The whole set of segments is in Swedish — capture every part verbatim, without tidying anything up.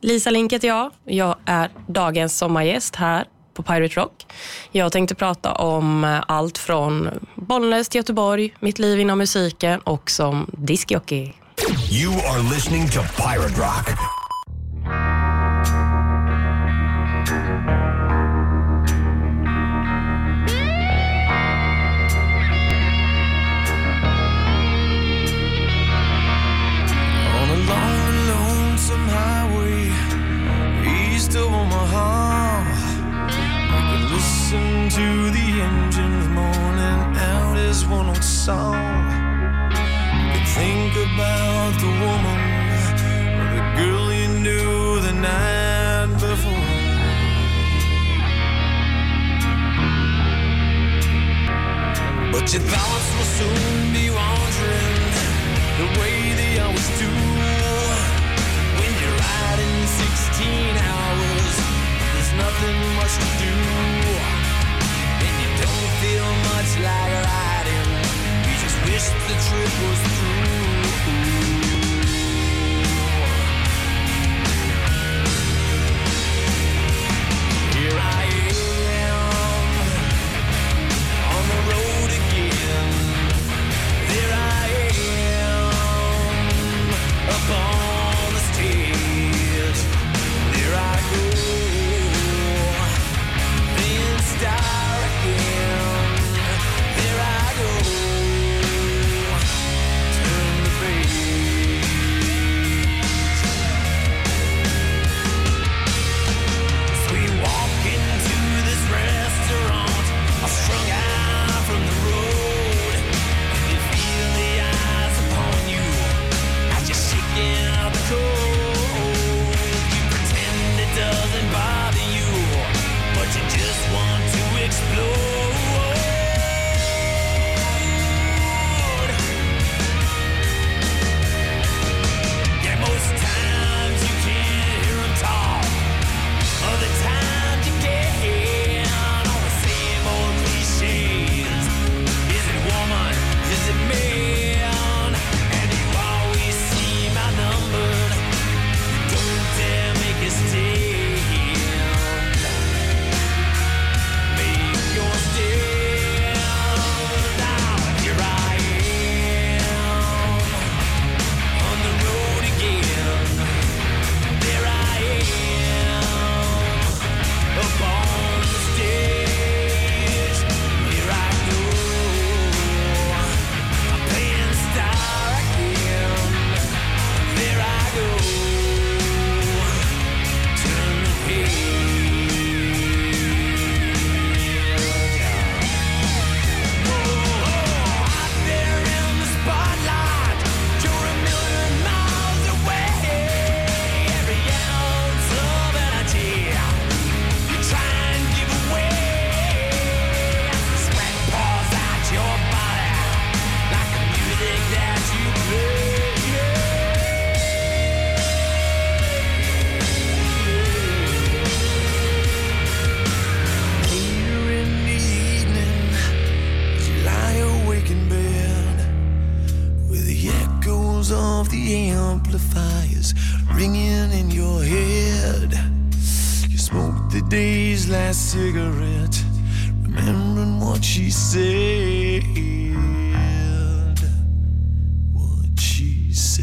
Lisa Link heter jag. Jag är dagens sommargäst här på Pirate Rock. Jag tänkte prata om allt från Bollnäs till Göteborg, mitt liv inom musiken och som diskjockey. You are listening to Pirate Rock. On a long, lonesome highway east of Omaha, I could listen to the engines moaning out his one old song. Think about the woman or the girl you knew the night before. But your thoughts will soon be wandering the way they always do. When you're riding sixteen hours, there's nothing much to do. And you don't feel much like riding, you just wish the trip was through. Here I am on the road again. There I am up on the stage. There I go, being star again. There I go, turn the page. So we walk into this restaurant, all strung out from the road. You can feel the eyes upon you as you're shaking out the cold. You pretend it doesn't bother you, but you just want to explode. Yeah, most times you can't hear them talk. Other times you can, all the same old cliches. Is it woman? Is it man? And you always seem outnumbered. You don't dare make a stand. Make your stand. Now here I am on the road again. There I am up on the stage. Here I go, I'm playing star again. There I go, turn the page. Oh, out there in the spotlight, you're a million miles away. Every ounce of energy you try and give away. Sweat pours out your body like the music that you play. Later in the evening, as you lie awake in bed, with the echoes of the amplifiers ringing in your head. You smoke the day's last cigarette, remembering what she said. What she said.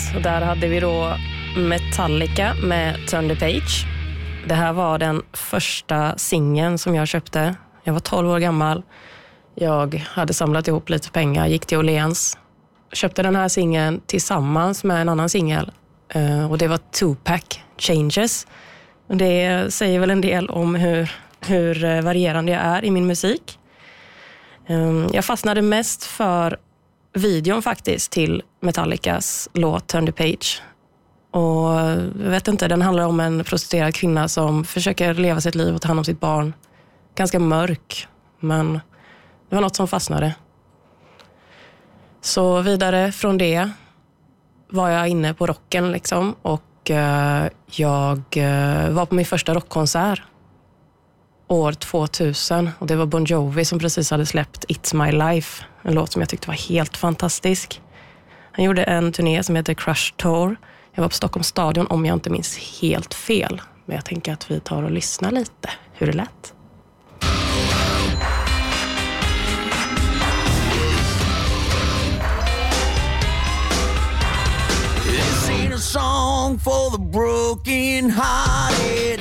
Och där hade vi då Metallica med Turn the Page. Det här var den första singeln som jag köpte. Jag var tolv år gammal. Jag hade samlat ihop lite pengar, gick till Åhléns. Köpte den här singeln tillsammans med en annan singel. Och det var Tupac, Changes. Det säger väl en del om hur, hur varierande jag är i min musik. Jag fastnade mest för videon faktiskt till Metallicas låt Turn the Page. Och jag vet inte, den handlar om en prostituerad kvinna som försöker leva sitt liv och ta hand om sitt barn. Ganska mörk, men det var något som fastnade. Så vidare från det var jag inne på rocken liksom. Och uh, jag uh, var på min första rockkonsert år tvåtusen. Och det var Bon Jovi som precis hade släppt It's My Life. En låt som jag tyckte var helt fantastisk. Han gjorde en turné som heter Crush Tour. Jag var på Stockholms stadion om jag inte minns helt fel. Men jag tänker att vi tar och lyssnar lite hur det lät. This ain't a song for the broken hearted.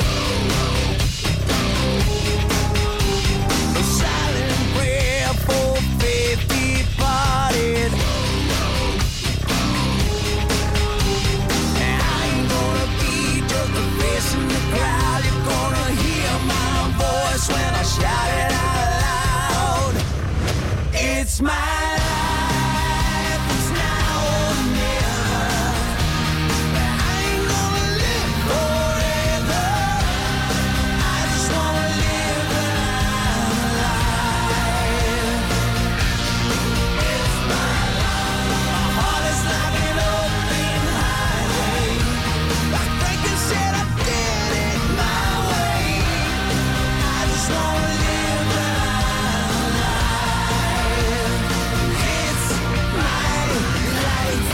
A silent prayer for faith departed. And I ain't gonna be just a face in the crowd. You're gonna hear my voice when I shout it out loud. It's my life, it's now or never. I ain't gonna live forever. I just wanna live when I'm alive. It's my life. My heart is like an open highway. Like Franklin said, I did it my way. I just wanna live when I'm alive. It's my life.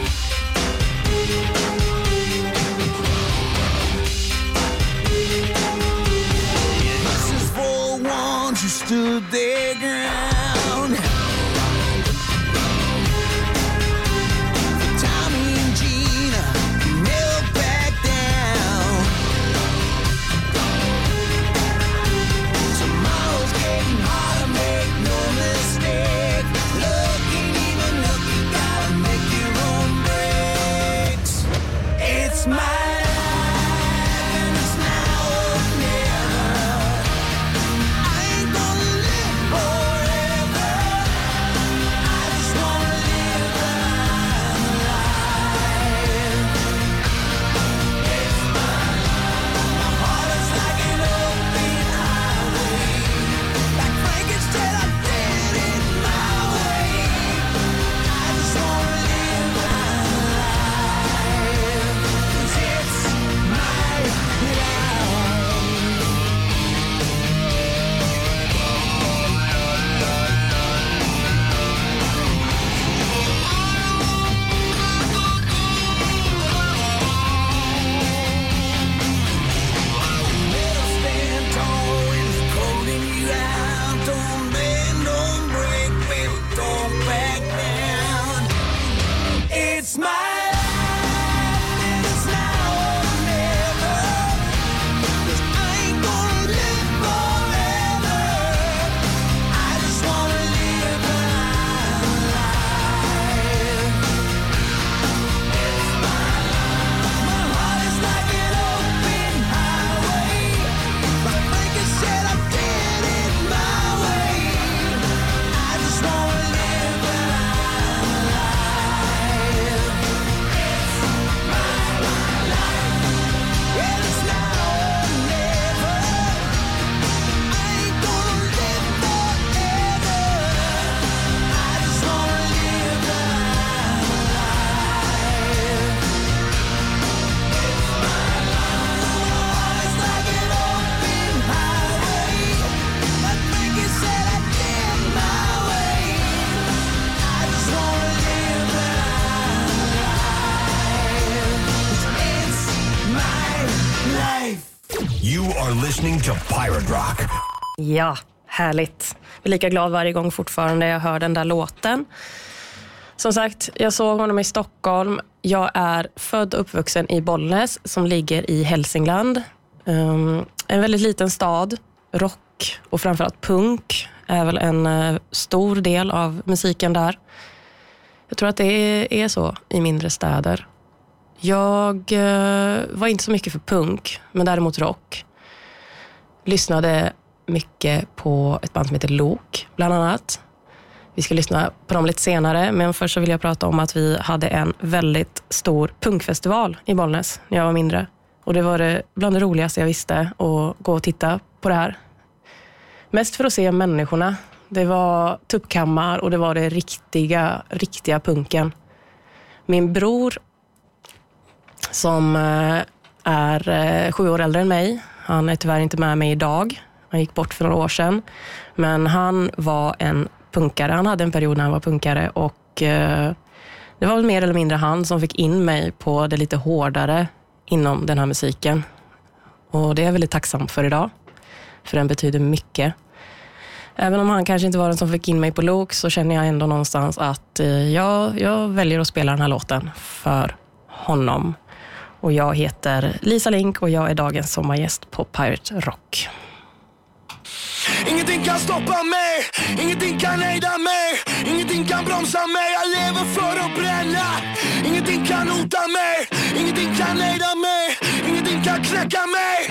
This is for ones who stood their ground. For Tommy and Gina, who never backed down. Tomorrow's getting harder, make no mistake. Look ain't even look, you gotta make your own breaks. It's my life and it's now or never. I ain't gonna live forever. I just wanna live when I'm alive. It's my life. My heart is like an open highway. Like Frankenstein, I did it my way. I just wanna live when I'm alive. 'Cause it's my life. Better stand tall when it's holding you out. Don't bend, don't break, baby, don't back down. It's my life and it's now or never. 'Cause I ain't gonna live forever. I just wanna live when I'm alive. It's my life. My heart is like an open highway. Like Franklin said, I did it my way. I just wanna live when I'm alive. It's my life. And it's now or never. I ain't gonna live forever. I just wanna live when I'm alive. It's my life. My heart is like an open highway. Like Frankie said, I did my way. I just wanna live when I'm alive. It's my life. You are listening to Pirate Rock. Ja, härligt. Jag är lika glad varje gång fortfarande jag hör den där låten. Som sagt, jag såg honom i Stockholm jag är född och uppvuxen i Bollnäs som ligger i Hälsingland. Um, en väldigt liten stad. Rock och framförallt punk är väl en uh, stor del av musiken där. Jag tror att det är, är så i mindre städer. Jag uh, var inte så mycket för punk, men däremot rock. Lyssnade mycket på ett band som heter Lok, bland annat. Vi ska lyssna på dem lite senare, men först så vill jag prata om att vi hade en väldigt stor punkfestival i Bollnäs när jag var mindre. Och det var det bland det roligaste jag visste, att gå och titta på det här. Mest för att se människorna. Det var tuppkammar och det var det riktiga, riktiga punken. Min bror, som är sju år äldre än mig, han är tyvärr inte med mig idag. Han gick bort för några år sedan. Men han var en punkare. Han hade en period när han var punkare. Och eh, det var väl mer eller mindre han som fick in mig på det lite hårdare inom den här musiken. Och det är jag väldigt tacksam för idag. För den betyder mycket. Även om han kanske inte var den som fick in mig på Lok, så känner jag ändå någonstans att eh, jag, jag väljer att spela den här låten för honom. Och jag heter Lisa Link och jag är dagens sommargäst på Pirate Rock. Ingenting kan stoppa mig, ingenting kan hejda mig, ingenting kan bromsa mig, jag lever för att bränna. Ingenting kan hota mig, ingenting kan hejda mig, ingenting kan knäcka mig.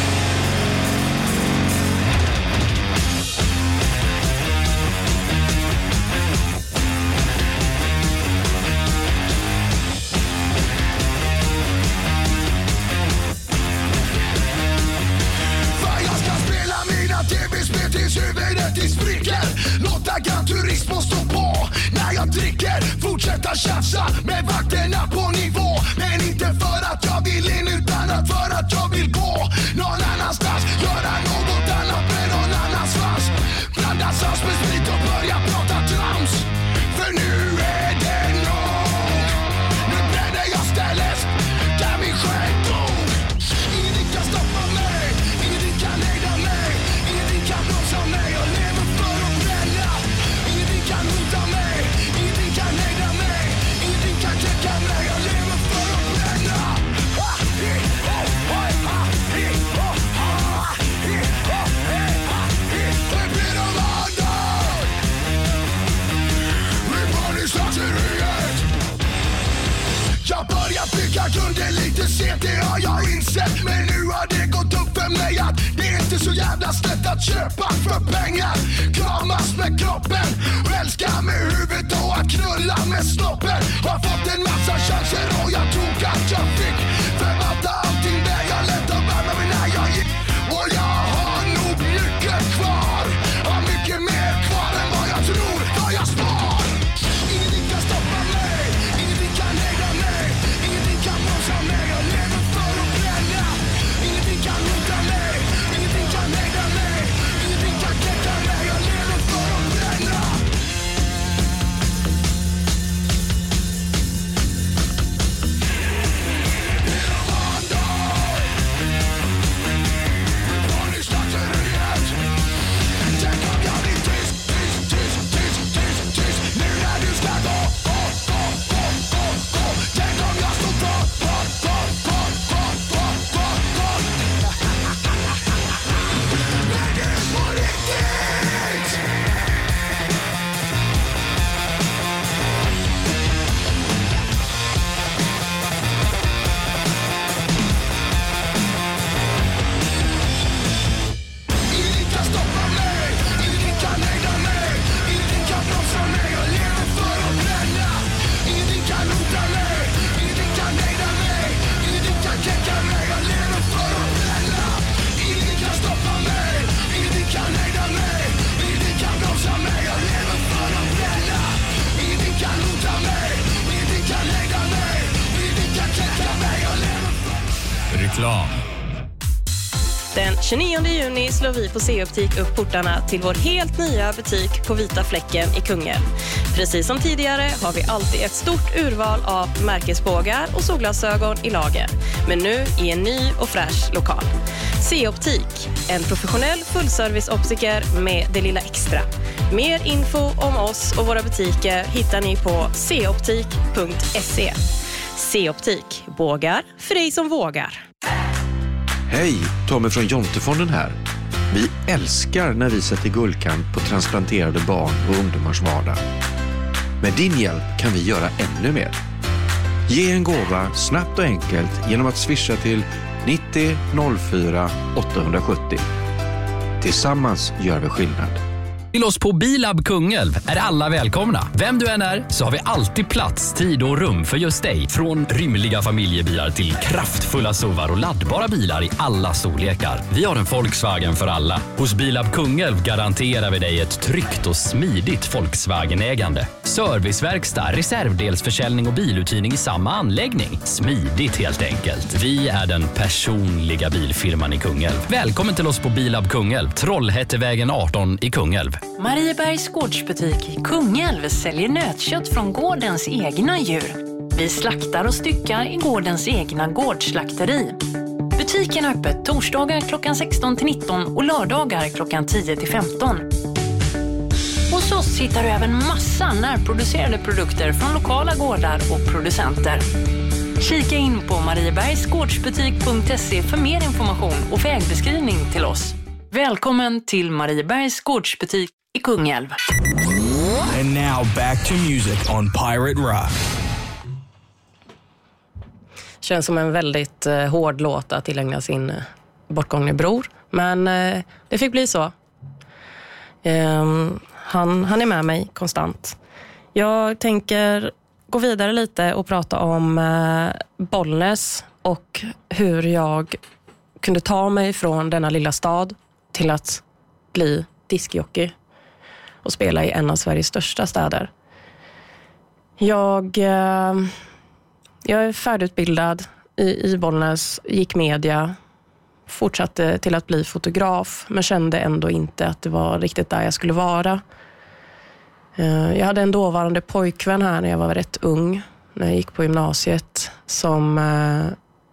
Tv-spel tills huvudet i spricker. Låta Gran Turismo stå på när jag dricker. Fortsätta tjafsa med vakterna på nivå. Men inte för att jag vill in, utan att för att jag vill gå någon annanstans. Göra något annat med någon annans svans. Blanda sans med sprit och börja prata trams. För nu är det nog. Nu bränner jag stället där min själ dog. Ingenting kan stoppa mig, ingenting kan hejda mig, ingenting kan bromsa mig, jag lever för att bränna. Ingenting kan hota mig, ingenting kan hejda mig, ingenting kan knäcka mig, jag lever för att bränna. Det blir de andra. Vi var i slagteriet. Jag börjar bygga grunden lite sent, det har jag insett. Men nu har det gått upp för mig att det är inte så jävla snett att köpa för pengar. Kramas med kroppen, älska med huvudet och att knulla med snoppen. Har fått en massa chanser och jag tog att jag fick förvalta allting där jag lät och värma mig när jag gick. Och jag har nog mycket kvar, har mycket mer kvar än vad jag tror, vad jag spar. Ingenting kan stoppa mig, ingenting kan hejda mig, ingenting kan bromsa mig, jag lever för att bränna. Ingenting kan hota mig, ingenting kan hejda mig, ingenting kan knäcka mig, jag lever för att bränna. Det är de andra. Vi var i slakteriet. Tänk om jag blir tyst, tyst, tyst, tyst, tyst, tyst. Nu när du ska gå, gå, gå, gå, gå, gå. Tänk om jag står på, på, på, på, på, på, på, på. Men det är på riktigt. Ingenting kan stoppa mig, ingenting kan hejda mig, ingenting kan bromsa mig, jag lever för att bränna. Ingenting kan hota mig, ingenting kan hejda mig, ingenting kan knäcka mig, jag lever för att bränna. Ingenting kan stoppa mig, ingenting kan hejda mig, ingenting kan bromsa mig, jag lever för att bränna. Ingenting kan hota mig, ingenting kan hejda mig, ingenting kan knäcka mig, jag lever för att... Reklam. Den tjugonionde juni slår vi på C-optik upp portarna till vår helt nya butik på Vita Fläcken i Kungälv. Precis som tidigare har vi alltid ett stort urval av märkesbågar och solglasögon i lager. Men nu i en ny och fräsch lokal. C-optik, en professionell fullserviceoptiker med det lilla extra. Mer info om oss och våra butiker hittar ni på c optik punkt se. C-optik. Bågar för dig som vågar. Hej, Tommy från Jontefonden här. Vi älskar när vi sätter guldkant på transplanterade barn och ungdomars vardag. Med din hjälp kan vi göra ännu mer. Ge en gåva snabbt och enkelt genom att swisha till nittio noll fyra åttahundrasjuttio. Tillsammans gör vi skillnad. Till oss på Bilab Kungälv är alla välkomna. Vem du än är så har vi alltid plats, tid och rum för just dig. Från rymliga familjebilar till kraftfulla S U V:ar och laddbara bilar i alla storlekar. Vi har en Volkswagen för alla. Hos Bilab Kungälv garanterar vi dig ett tryggt och smidigt Volkswagen-ägande. Serviceverkstad, reservdelsförsäljning och biluthyrning i samma anläggning. Smidigt helt enkelt. Vi är den personliga bilfirman i Kungälv. Välkommen till oss på Bilab Kungälv, Trollhättevägen arton i Kungälv. Mariebergs gårdsbutik i Kungälv säljer nötkött från gårdens egna djur. Vi slaktar och styckar i gårdens egna gårdsslakteri. Butiken är öppet torsdagar klockan sexton till nitton och lördagar klockan tio till femton. Hos oss hittar du även massa närproducerade produkter från lokala gårdar och producenter. Kika in på mariebergsgårdsbutik punkt se för mer information och vägbeskrivning till oss. Välkommen till Mariebergs gårdsbutik i Kungälv. And now back to music on Pirate Rock. Känns som en väldigt eh, hård låt att tillägna sin eh, bortgångne bror. Men eh, det fick bli så. Eh, han, han är med mig konstant. Jag tänker gå vidare lite och prata om eh, Bollnäs och hur jag kunde ta mig från denna lilla stad till att bli diskjockey och spela i en av Sveriges största städer. Jag, eh, jag är färdigutbildad i, i Bollnäs, gick media, fortsatte till att bli fotograf men kände ändå inte att det var riktigt där jag skulle vara. Eh, jag hade en dåvarande pojkvän här när jag var rätt ung, när jag gick på gymnasiet, som eh,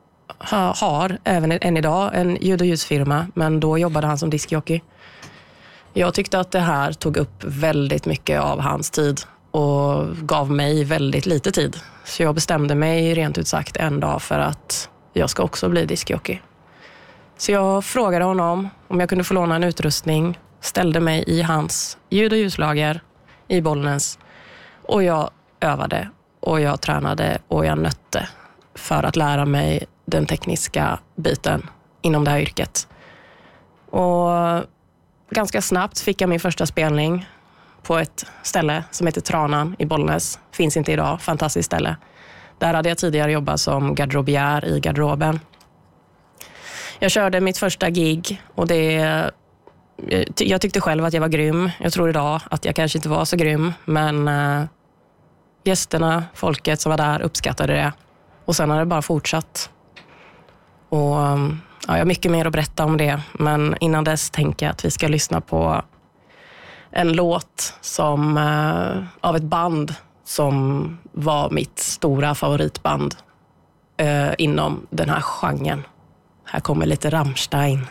har även än idag en ljud- och ljusfirma, men då jobbade han som diskjockey. Jag tyckte att det här tog upp väldigt mycket av hans tid och gav mig väldigt lite tid. Så jag bestämde mig rent ut sagt en dag för att jag ska också bli diskjockey. Så jag frågade honom om jag kunde få låna en utrustning, ställde mig i hans ljud- och ljuslager i Bollnäs och jag övade och jag tränade och jag nötte för att lära mig den tekniska biten inom det här yrket. Och ganska snabbt fick jag min första spelning på ett ställe som heter Tranan i Bollnäs. Finns inte idag, fantastiskt ställe. Där hade jag tidigare jobbat som garderobiär i garderoben. Jag körde mitt första gig och det, jag tyckte själv att jag var grym. Jag tror idag att jag kanske inte var så grym, men äh, gästerna, folket som var där uppskattade det. Och sen har det bara fortsatt. Och ja, jag har mycket mer att berätta om det. Men innan dess tänker jag att vi ska lyssna på en låt som, eh, av ett band som var mitt stora favoritband eh, inom den här genren. Här kommer lite Rammstein.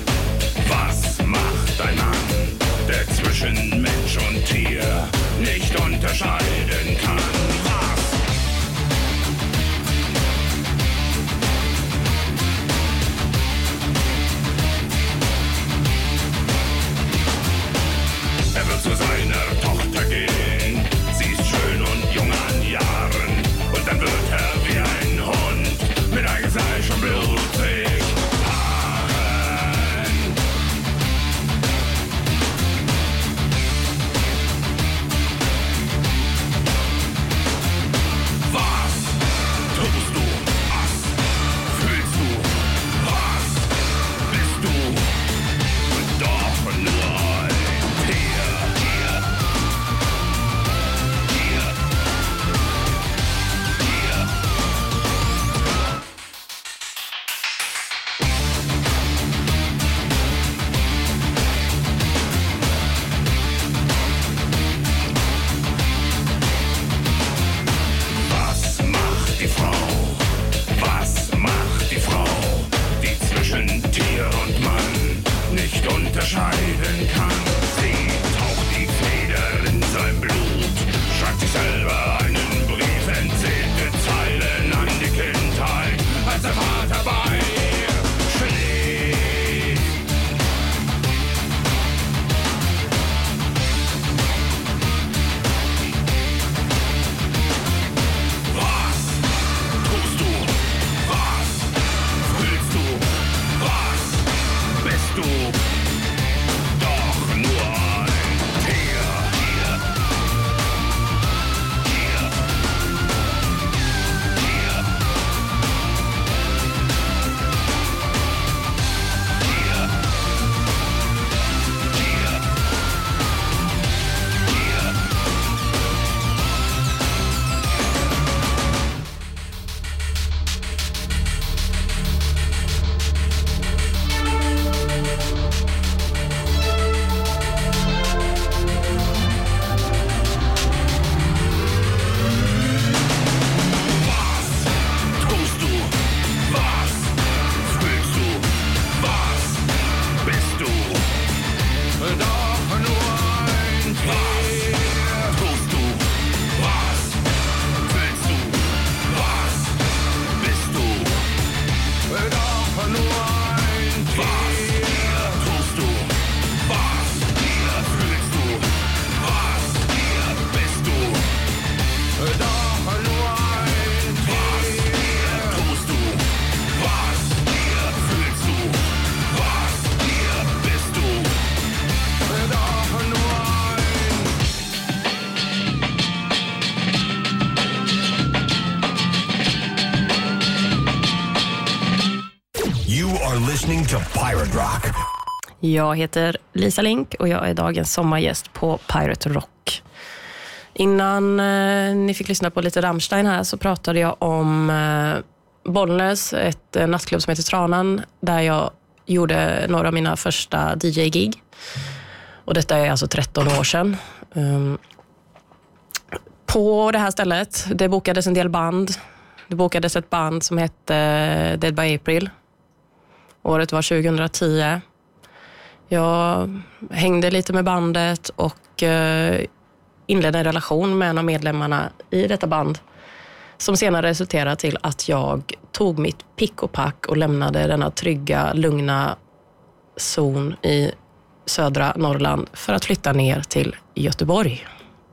Mensch und Tier nicht to Pirate Rock. Jag heter Lisa Link och jag är dagens sommargäst på Pirate Rock. Innan eh, ni fick lyssna på lite Rammstein här så pratade jag om eh, Bollnäs, ett eh, nattklubb som heter Tranan, där jag gjorde några av mina första D J-gig. Och detta är alltså tretton år sedan. Um, på det här stället, det bokades en del band. Det bokades ett band som hette Dead by April. Året var tjugohundratio. Jag hängde lite med bandet och uh, inledde en relation med en av medlemmarna i detta band. Som senare resulterade till att jag tog mitt pick och pack och lämnade denna trygga, lugna zon i södra Norrland för att flytta ner till Göteborg.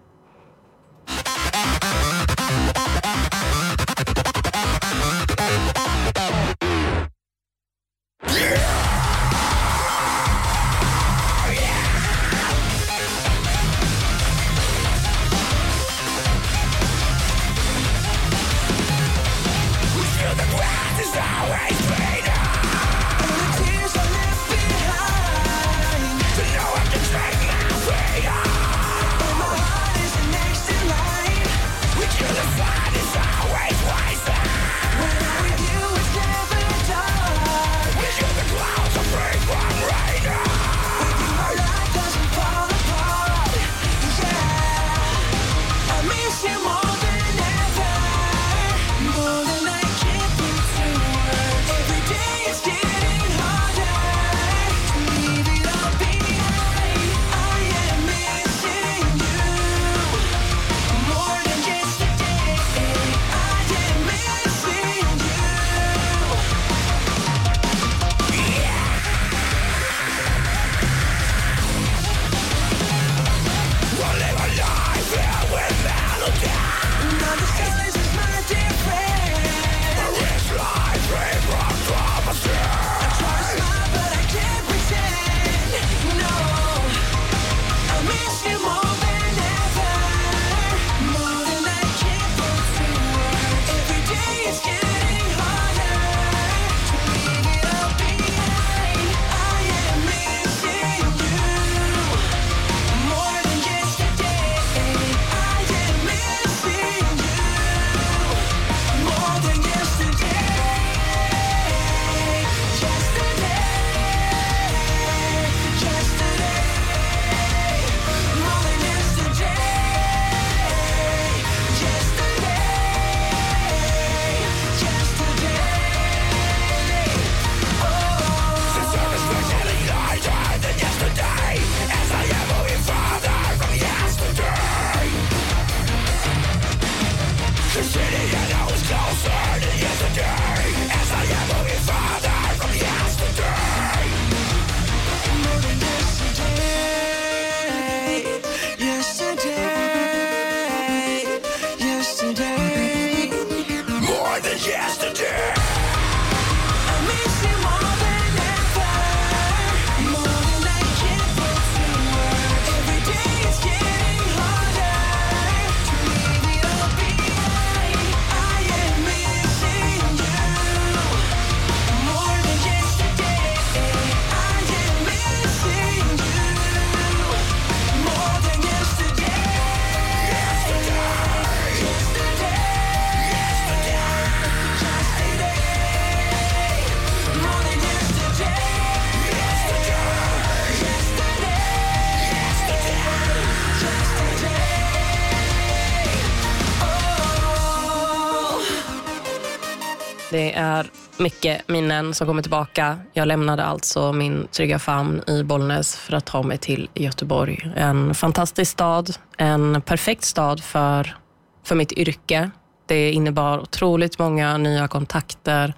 Det är mycket minnen som kommer tillbaka. Jag lämnade alltså min trygga famn i Bollnäs för att ta mig till Göteborg. En fantastisk stad, en perfekt stad för, för mitt yrke. Det innebar otroligt många nya kontakter.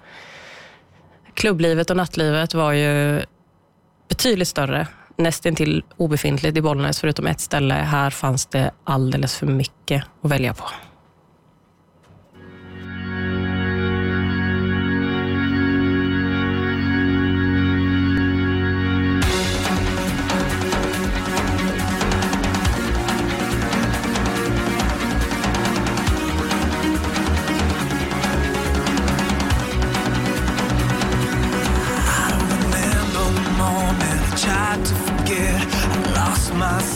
Klubblivet och nattlivet var ju betydligt större. Nästan till obefintligt i Bollnäs förutom ett ställe. Här fanns det alldeles för mycket att välja på. I remember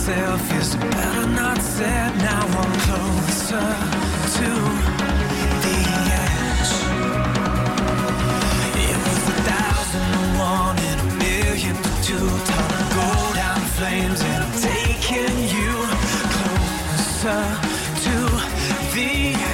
myself is better not said. Now I'm closer to the edge. It was a thousand and one in a million to two. Time to go down in flames and I'm taking you closer to the edge.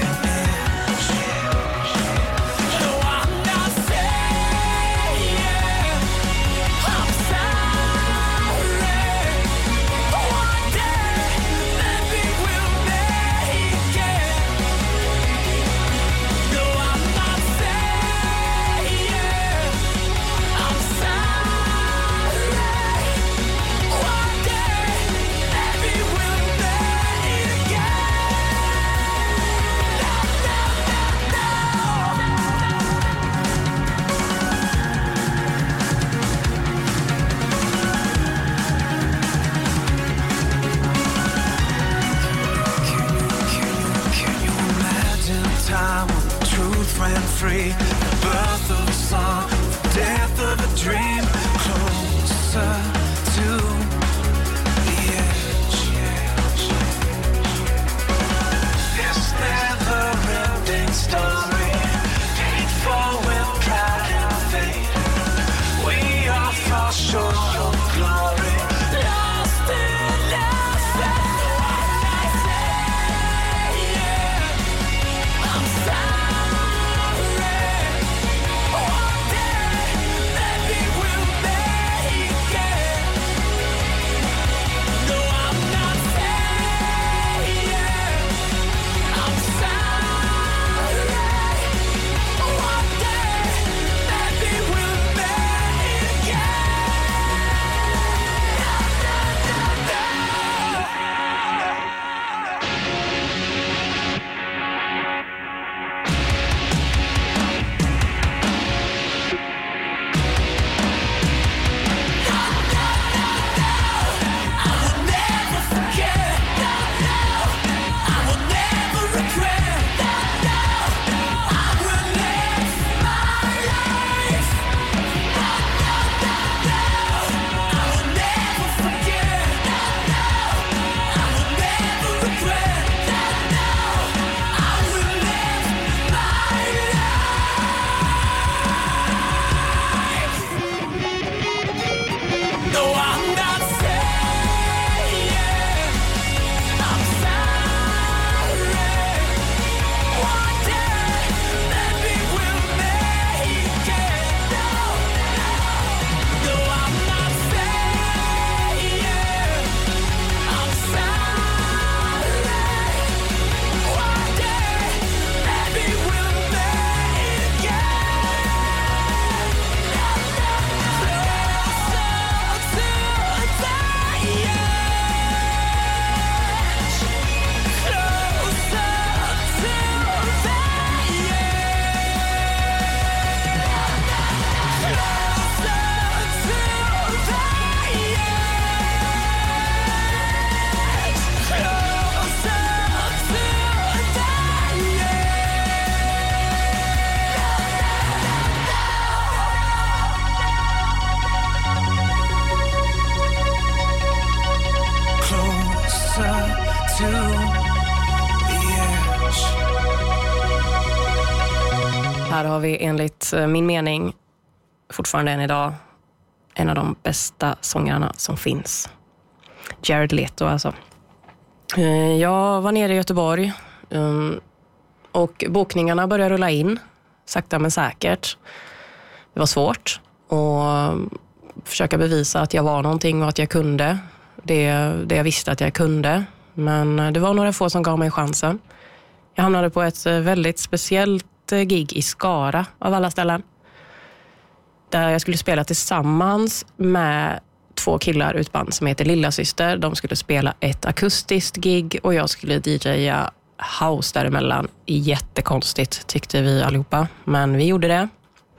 Ran free, the birth of a song, the death of a dream, closer to the edge. This never-ending story, painful with pride and fate. We all fall short of glory, lost in nothing. Här har vi enligt min mening fortfarande än idag en av de bästa sångarna som finns. Jared Leto alltså. Jag var nere i Göteborg och bokningarna började rulla in sakta men säkert. Det var svårt att försöka bevisa att jag var någonting och att jag kunde det, det jag visste att jag kunde. Men det var några få som gav mig chansen. Jag hamnade på ett väldigt speciellt gig i Skara av alla ställen. Där jag skulle spela tillsammans med två killar ur ett band som heter Lilla Syster. De skulle spela ett akustiskt gig och jag skulle D J:a house däremellan. Jättekonstigt tyckte vi allihopa, men vi gjorde det.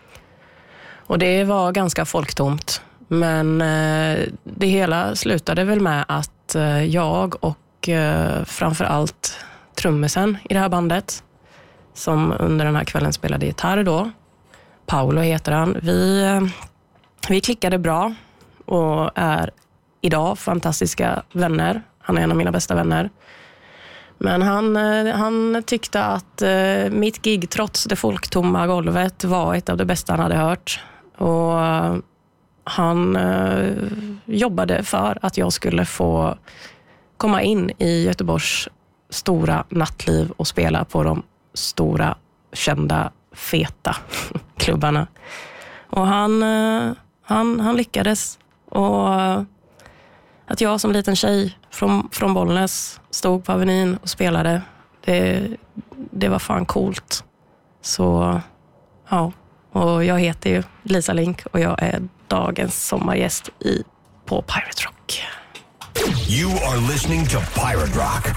Och det var ganska folktomt. Men eh, det hela slutade väl med att eh, jag och eh, framförallt trummisen i det här bandet, som under den här kvällen spelade gitarr då, Paolo heter han, vi, eh, vi klickade bra och är idag fantastiska vänner. Han är en av mina bästa vänner. Men han, han tyckte att eh, mitt gig trots det folktomma golvet var ett av det bästa han hade hört. Och eh, han eh, jobbade för att jag skulle få komma in i Göteborgs stora nattliv och spela på de stora, kända, feta klubbarna. Och han, eh, han, han lyckades. Och eh, att jag som liten tjej från, från Bollnäs stod på Avenyn och spelade, det, det var fan coolt. Så ja, och jag heter ju Lisa Link och jag är dagens sommargäst i, på Pirate Rock. You are listening to Pirate Rock.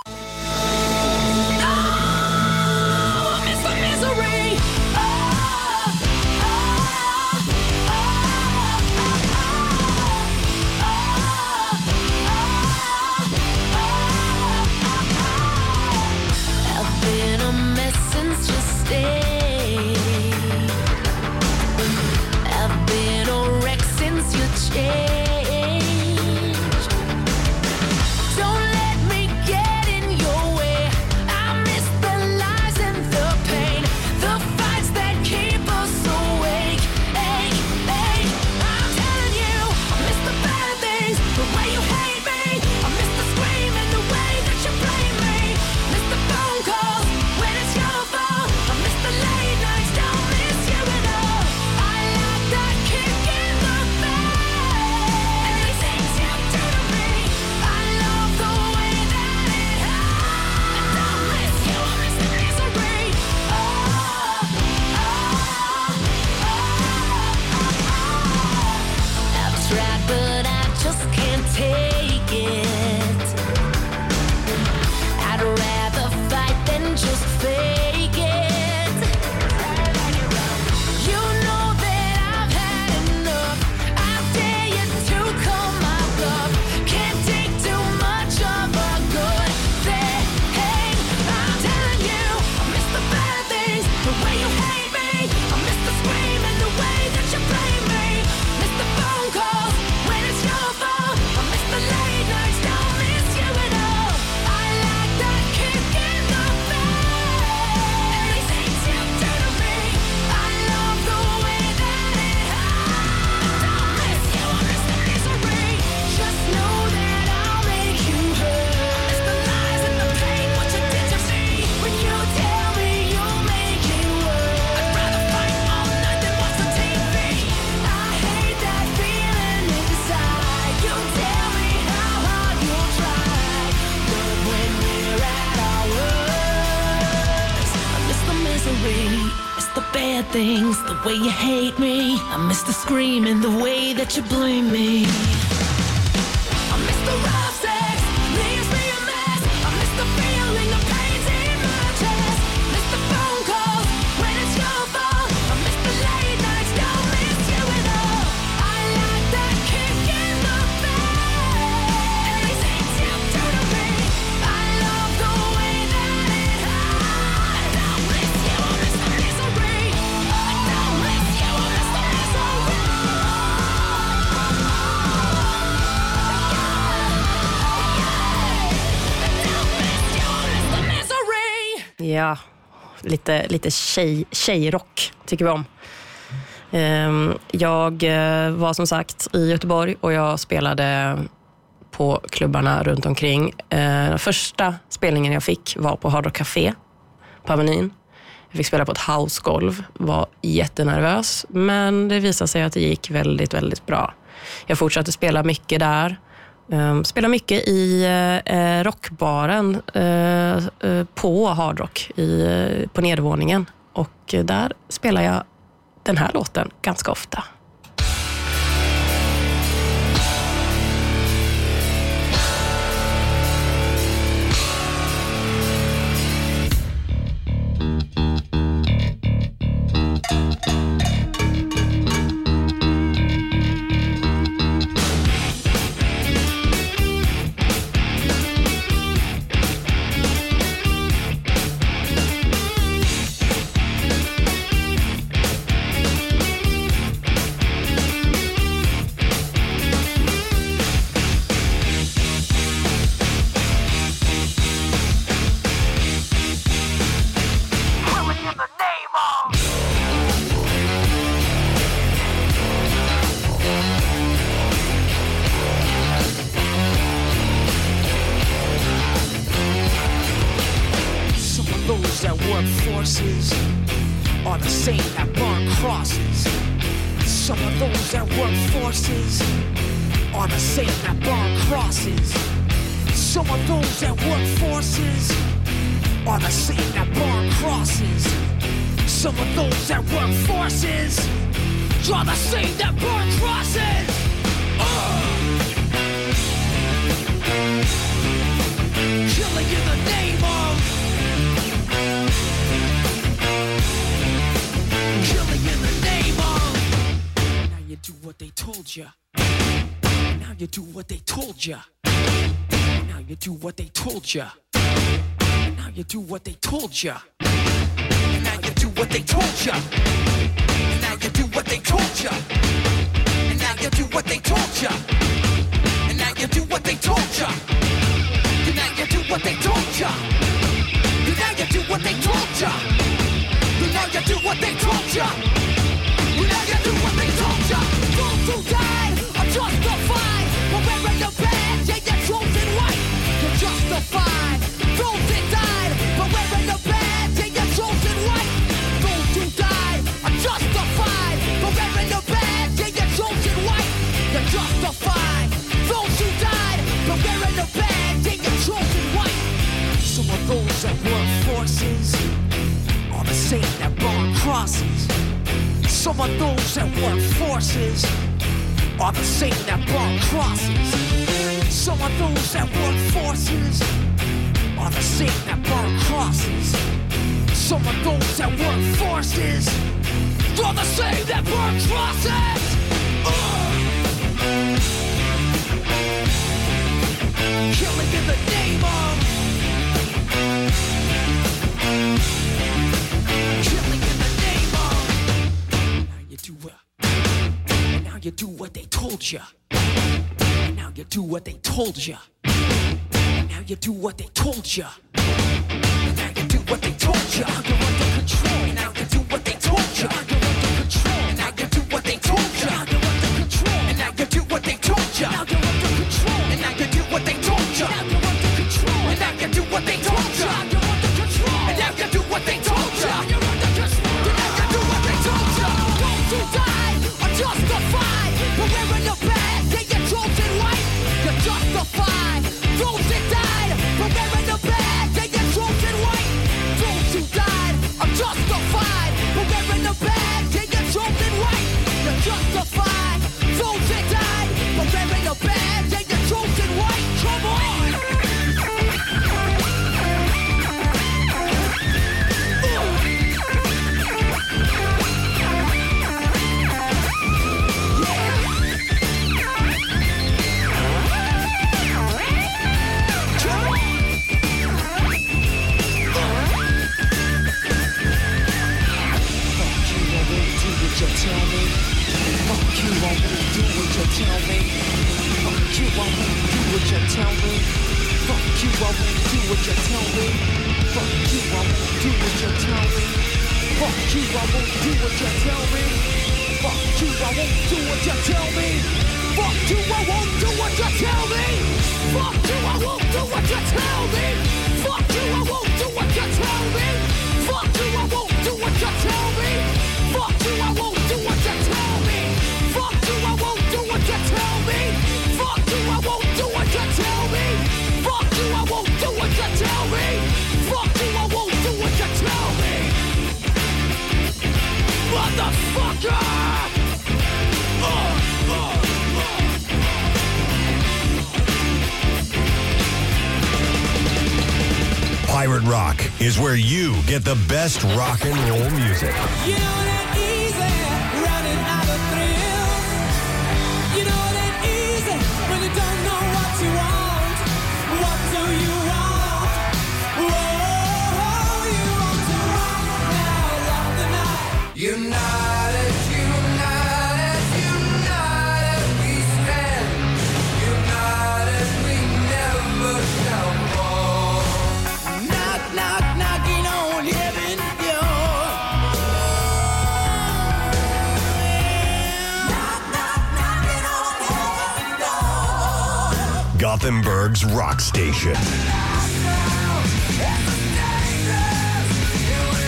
Things, the way you hate me, I miss the screaming, the way that you blame me. I miss the rough sex, leaves me a mess. I miss the feeling of pain's in my chest. Miss the phone calls when it's your fault. I miss the late nights, don't miss you at all. I like that kick in the face. And these things you do to me, I love the way that it hurts. I don't miss you, I miss the misery. Ja, lite, lite tjej, tjejrock tycker vi om. Jag var som sagt i Göteborg och jag spelade på klubbarna runt omkring. Den första spelningen jag fick var på Hard Rock Café på Avenyn. Jag fick spela på ett housegolv, var jättenervös, men det visade sig att det gick väldigt, väldigt bra. Jag fortsatte spela mycket där. Um, spelar mycket i uh, rockbaren uh, uh, på Hard Rock i, uh, på nedervåningen. Och uh, där spelar jag den här låten ganska ofta. work forces are the same that burn crosses. Some of those that work forces are the same that burn crosses. Some of those that work forces are the same that burn crosses. Some of those that work forces are the same that burn crosses. Uh! Killing in the name of Killing in the name of Now you do what they told ya. Now you do what they told ya. Now you do what they told ya. Now you do what they told ya. Now you do what they told ya. Now you do what they told ya. And now you do what they told ya. And now you do what they told ya. And now you do what they told ya. And now you do what they told ya. And now you do what they told ya. And now you do what they told ya. Those who died are justified for wearing the badge. Yeah, you're chosen white. You're justified. Those that died for wearing the badge. Yeah, you're chosen white. Those who died are justified for wearing the badge. Yeah, you're chosen white. You're justified. Those who died for wearing the badge. Yeah, you're chosen white. Some of those that work forces are the same that burn crosses. Some of those that work forces are the same that burn crosses. Some of those that work forces are the same that burn crosses. Some of those that work forces are the same that burn crosses. Uh! Killing in the name of Killing in the name of Now you do what Now you do what they told ya. And now you do what they told ya. And now you do what they told ya. And now you do what they told ya. Now you're under control. And now you do what they told ya. Now you're under control. And now you do what they told ya. Now you're under control. And now you do what they told ya. Now you're under control. And now you do what they told ya. Now you're under control. And now you do what they told ya. Now you're under control. And now you do what they told ya. Now you're under control. And now you do what they told ya. Those who died are justified for wearing the badge. Yeah, you're chosen white. You're justified. Those that died for wearing the badge. Yeah, you're chosen white. Those who died are justified for wearing the badge. Yeah, you're chosen white. You're justified. Those that died for wearing the badge. Yeah, you're chosen white. Come on. You tell me, fuck you, I won't do what you tell me. Fuck you, I won't do what you tell me. Fuck you, I won't do what you tell me. Fuck you, I won't do what you tell me. Fuck you, I won't do what you tell me. Fuck you, I won't do what you tell me. Fuck you, I won't do what you tell me. Fuck you, I won't do what you tell me. Fuck you, I won't do what you tell me. Fuck you, I won't do what you tell me. Fuck you, I won't do what you tell me. Fuck you, I won't do what you tell me. Fuck you, I won't do what you tell me. Fuck you, I won't do what you tell me. Fuck you, I won't do what you tell me. Motherfucker! Uh, uh, uh. Pirate Rock is where you get the best rock and roll music. You know that easy, running out of thrills. You know that easy when you don't know what you want. What do you want? Whoa, you want to rock now, rock the night. United, united, united we stand. United we never shall fall. Knock, knock, knocking on heaven's door. Knock, knock, knocking on heaven's door. Gothenburg's rock station. It's dangerous.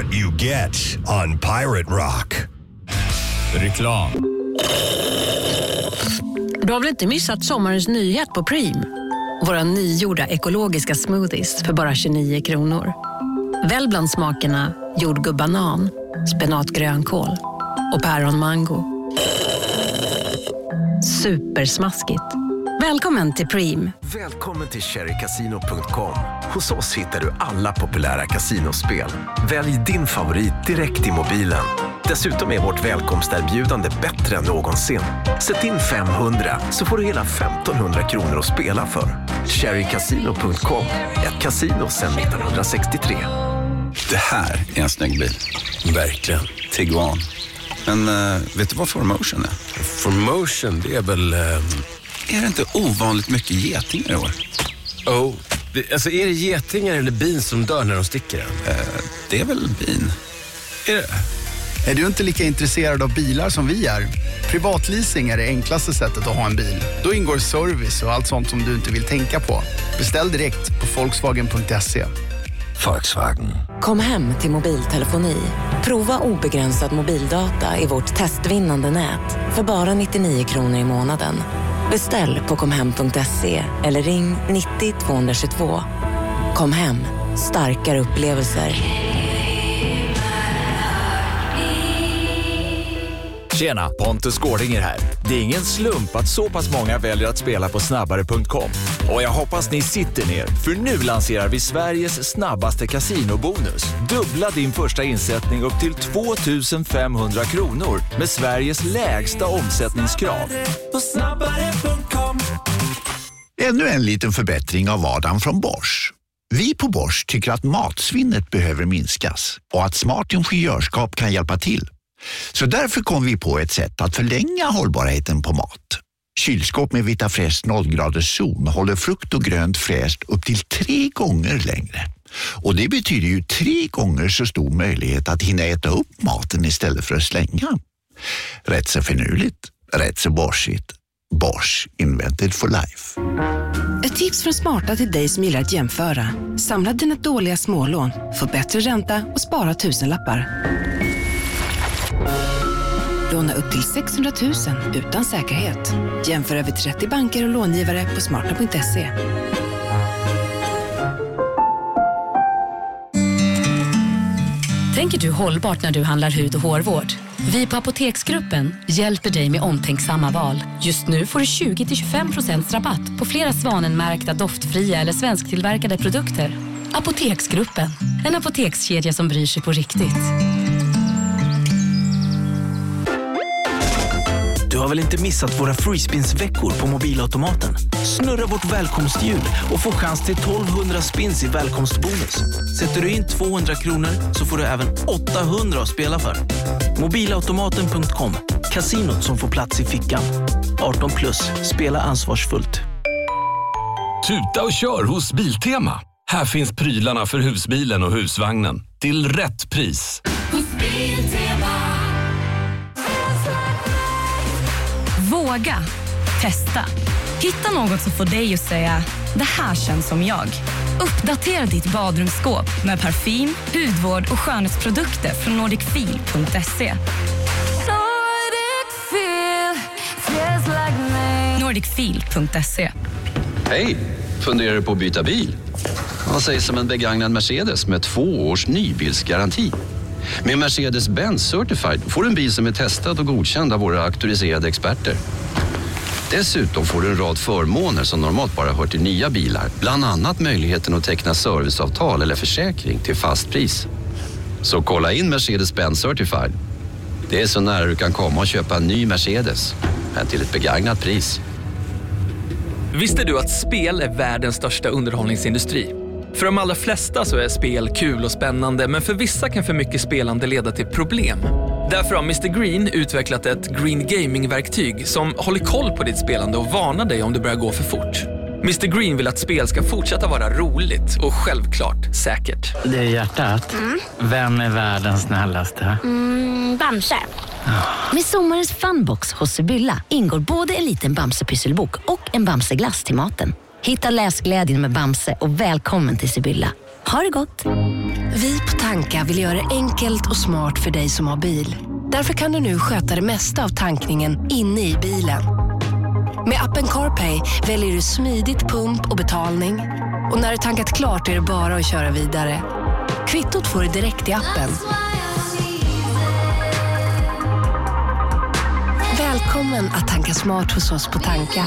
what you get on Pirate Rock. Reklam. Du har väl inte missat sommarens nyhet på Preem? Våra nygjorda ekologiska smoothies för bara tjugonio kronor. Välj bland smakerna jordgubb-banan, spenatgrönkål och päronmango. Supersmaskigt. Välkommen till Preem. Välkommen till cherry casino punkt com. Hos oss hittar du alla populära kasinospel. Välj din favorit direkt i mobilen. Dessutom är vårt välkomsterbjudande bättre än någonsin. Sätt in femhundra så får du hela femtonhundra kronor att spela för. cherry casino punkt com. Ett kasino sedan nittonhundrasextiotre. Det här är en snygg bil. Verkligen. Tiguan. Men uh, vet du vad Formotion är? Formotion, det är väl... Um... Är det inte ovanligt mycket getingar i år? Oh, det, alltså är det getingar eller bin som dör när de sticker den? Uh, det är väl bin. Är det? Är du inte lika intresserad av bilar som vi är? Privatleasing är det enklaste sättet att ha en bil. Då ingår service och allt sånt som du inte vill tänka på. Beställ direkt på volkswagen punkt se. Volkswagen. Kom hem till mobiltelefoni. Prova obegränsad mobildata i vårt testvinnande nät för bara nittionio kronor i månaden. Beställ på komhem punkt se eller ring nittio tvåhundratjugotvå. Kom hem, starkare upplevelser. Tjena, Pontus Gårdinger här. Det är ingen slump att så pass många väljer att spela på snabbare punkt com. Och jag hoppas ni sitter ner, för nu lanserar vi Sveriges snabbaste kasinobonus. Dubbla din första insättning upp till två tusen femhundra kronor med Sveriges lägsta omsättningskrav. På snabbare punkt com. Ännu en liten förbättring av vardagen från Bosch. Vi på Bosch tycker att matsvinnet behöver minskas och att smart ingenjörskap kan hjälpa till. Så därför kom vi på ett sätt att förlänga hållbarheten på mat. Kylskåp med Vitafresh noll graders zon håller frukt och grönt fräscht upp till tre gånger längre. Och det betyder ju tre gånger så stor möjlighet att hinna äta upp maten istället för att slänga. Rätt så finurligt, rätt så Boschigt. Bosch, invented for life. Ett tips från Smarta till dig som gillar att jämföra. Samla dina dåliga smålån, få bättre ränta och spara tusenlappar. Låna upp till sexhundratusen utan säkerhet. Jämför över trettio banker och långivare på smarta punkt se. Tänker du hållbart när du handlar hud- och hårvård? Vi på Apoteksgruppen hjälper dig med omtänksamma val. Just nu får du tjugo till tjugofem procent rabatt på flera Svanen-märkta doftfria eller svensktillverkade produkter. Apoteksgruppen, en apotekskedja som bryr sig på riktigt. Du har väl inte missat våra freespins-veckor på mobilautomaten? Snurra vårt välkomstljud och få chans till tolvhundra spins i välkomstbonus. Sätter du in tvåhundra kronor så får du även åttahundra att spela för. mobilautomaten punkt com. Kasinot som får plats i fickan. arton plus. Spela ansvarsfullt. Tuta och kör hos Biltema. Här finns prylarna för husbilen och husvagnen. Till rätt pris. Våga. Testa. Hitta något som får dig att säga, det här känns som jag. Uppdatera ditt badrumsskåp med parfym, hudvård och skönhetsprodukter från nordic feel punkt se. nordic feel punkt se. Hej! Funderar du på att byta bil? Vad sägs om en begagnad Mercedes med två års nybilsgaranti? Med Mercedes-Benz Certified får du en bil som är testad och godkänd av våra auktoriserade experter. Dessutom får du en rad förmåner som normalt bara hör till nya bilar. Bland annat möjligheten att teckna serviceavtal eller försäkring till fast pris. Så kolla in Mercedes-Benz Certified. Det är så nära du kan komma och köpa en ny Mercedes, men till ett begagnat pris. Visste du att spel är världens största underhållningsindustri? För de allra flesta så är spel kul och spännande, men för vissa kan för mycket spelande leda till problem. Därför har mister Green utvecklat ett Green Gaming-verktyg som håller koll på ditt spelande och varnar dig om det börjar gå för fort. mister Green vill att spel ska fortsätta vara roligt och självklart säkert. Det är hjärtat. Mm. Vem är världens snällaste? Mm, Bamse. Med sommarens funbox hos Sibylla ingår både en liten Bamse-pysselbok och en Bamse-glass till maten. Hitta läsglädjen med Bamse och välkommen till Sibylla. Ha det gott! Vi på Tanka vill göra det enkelt och smart för dig som har bil. Därför kan du nu sköta det mesta av tankningen inne i bilen. Med appen CarPay väljer du smidigt pump och betalning. Och när du tankat klart är det bara att köra vidare. Kvittot får du direkt i appen. Välkommen att tanka smart hos oss på Tanka.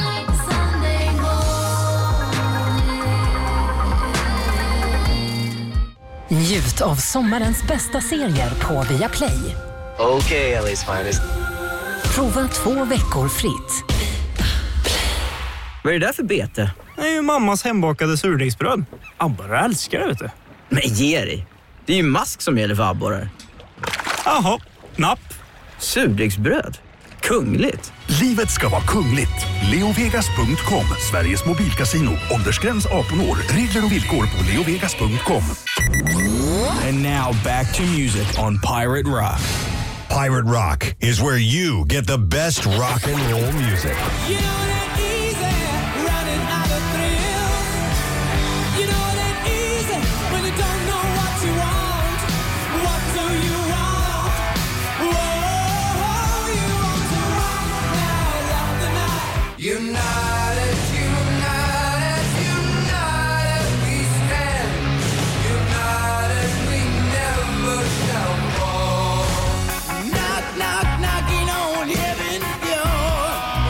Njut av sommarens bästa serier på Viaplay. Okej, okay, Alice finest. Prova två veckor fritt. Vad är det där för bete? Det är ju mammas hembakade surdegsbröd. Abborre älskar det, vet du. Men ge dig. Det är ju mask som gäller för abborrar. Jaha, napp. Surdegsbröd. Kungligt. Livet ska vara kungligt. Leovegas punkt com, Sveriges mobilkasino. Åldersgräns arton år. Regler och villkor på leovegas punkt com. And now back to music on Pirate Rock. Pirate Rock is where you get the best rock and roll music. You know that easy, running out of thrills. You know that easy, when you don't know what you want. What do you want? Whoa, you want to rock now, love the night. United, united, united we stand. United we never shall fall. Knock, knock, knocking on heaven's door.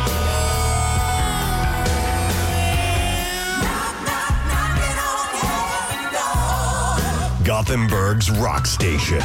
Knock, knock, knocking on heaven's door. Gothenburg's rock station.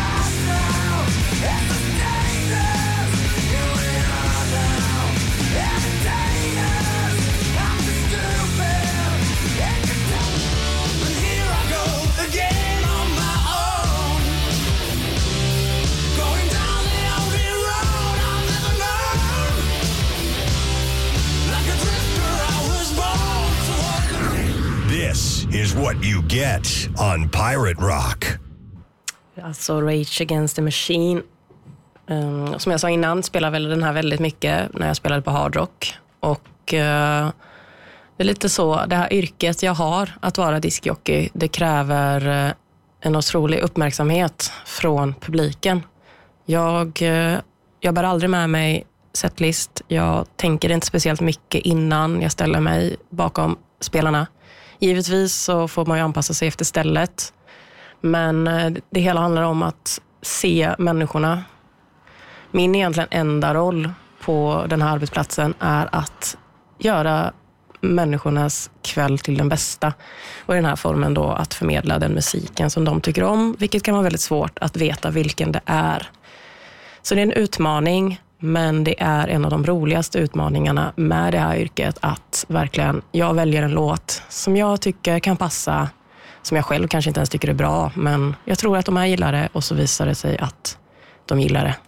This is what you get on Pirate Rock. Alltså Rage Against the Machine. Um, som jag sa innan spelar väl den här väldigt mycket när jag spelade på hardrock. Och uh, det är lite så, det här yrket jag har att vara diskjockey, det kräver uh, en otrolig uppmärksamhet från publiken. Jag, uh, jag bär aldrig med mig setlist. Jag tänker inte speciellt mycket innan jag ställer mig bakom spelarna. Givetvis så får man ju anpassa sig efter stället. Men det hela handlar om att se människorna. Min egentligen enda roll på den här arbetsplatsen är att göra människornas kväll till den bästa. Och i den här formen då att förmedla den musiken som de tycker om. Vilket kan vara väldigt svårt att veta vilken det är. Så det är en utmaning. Men det är en av de roligaste utmaningarna med det här yrket att verkligen, jag väljer en låt som jag tycker kan passa, som jag själv kanske inte ens tycker är bra, men jag tror att de här gillar det och så visar det sig att de gillar det.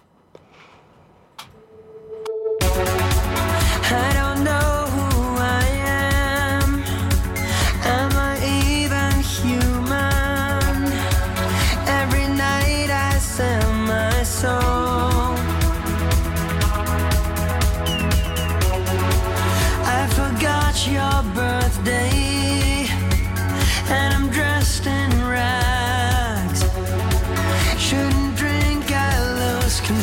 I don't know who I am. Am I even human? Every night I sing my song. I forgot your birthday, and I'm dressed in rags. Shouldn't drink, I lose control.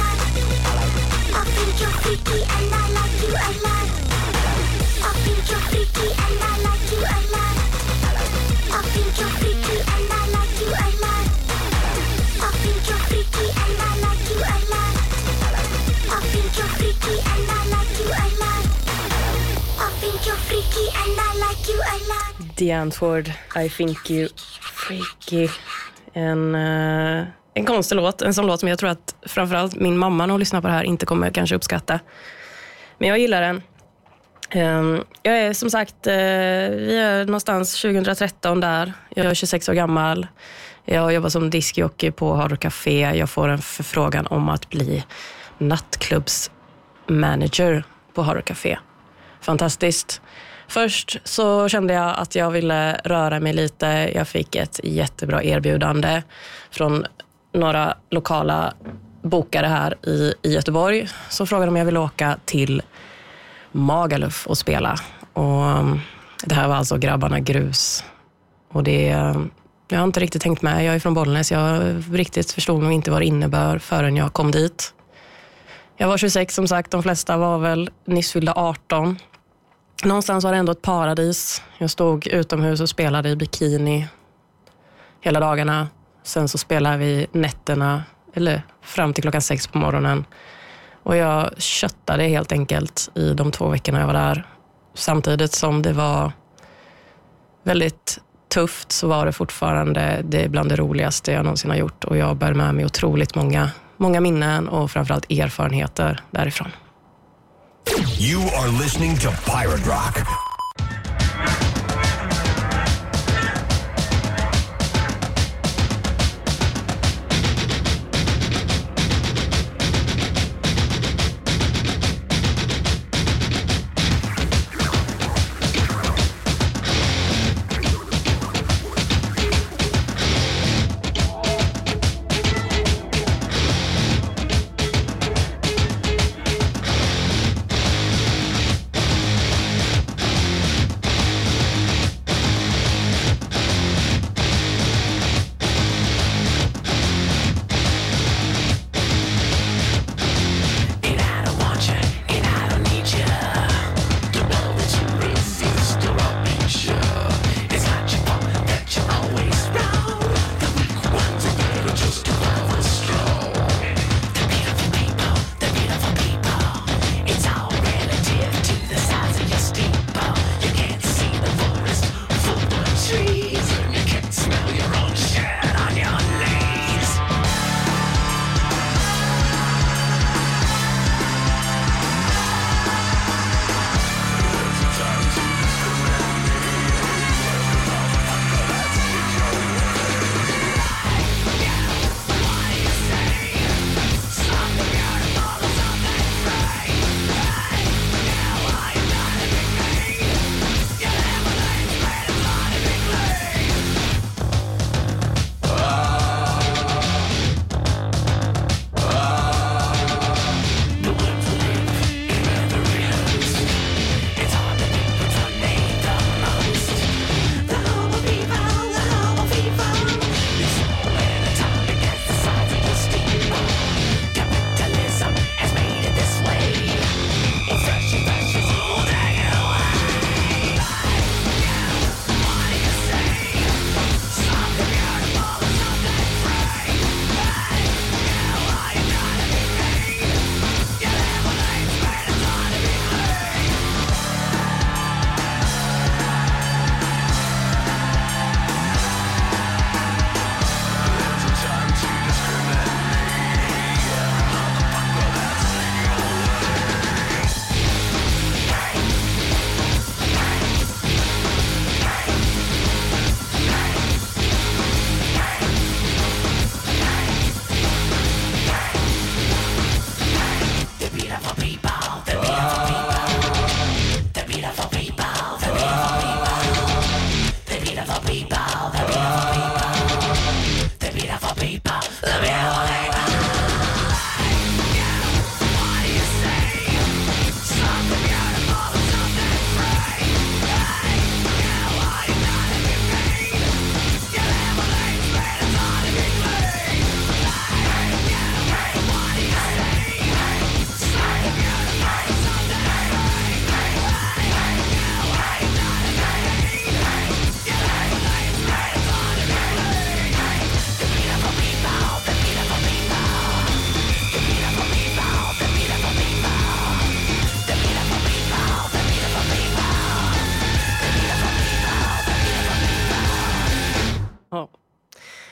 I think you're freaky and I like you a lot. The Antwoord, I Think You Freaky. En, uh, en konstig låt. En sån låt som jag tror att framförallt min mamma när hon lyssnar på det här inte kommer kanske uppskatta. Men jag gillar den. Um, jag är som sagt, uh, vi är någonstans tjugohundratretton där. Jag är tjugosex år gammal. Jag jobbar som diskjockey på Hard Rock Café. Jag får en förfrågan om att bli nattklubbsmanager på Hard Rock Café. Fantastiskt. Först så kände jag att jag ville röra mig lite. Jag fick ett jättebra erbjudande från några lokala bokare här i, i Göteborg. Så frågade om jag ville åka till Magaluf och spela. Och det här var alltså Grabbarna Grus. Och det, jag har inte riktigt tänkt med. Jag är från Bollnäs. Jag riktigt förstod nog inte vad det innebär förrän jag kom dit. Jag var tjugosex som sagt. De flesta var väl nyss fyllda arton. Någonstans var det ändå ett paradis. Jag stod utomhus och spelade i bikini hela dagarna. Sen så spelade vi nätterna, eller fram till klockan sex på morgonen. Och jag köttade helt enkelt i de två veckorna jag var där. Samtidigt som det var väldigt tufft så var det fortfarande det bland det roligaste jag någonsin har gjort. Och jag bär med mig otroligt många, många minnen och framförallt erfarenheter därifrån. You are listening to Pirate Rock.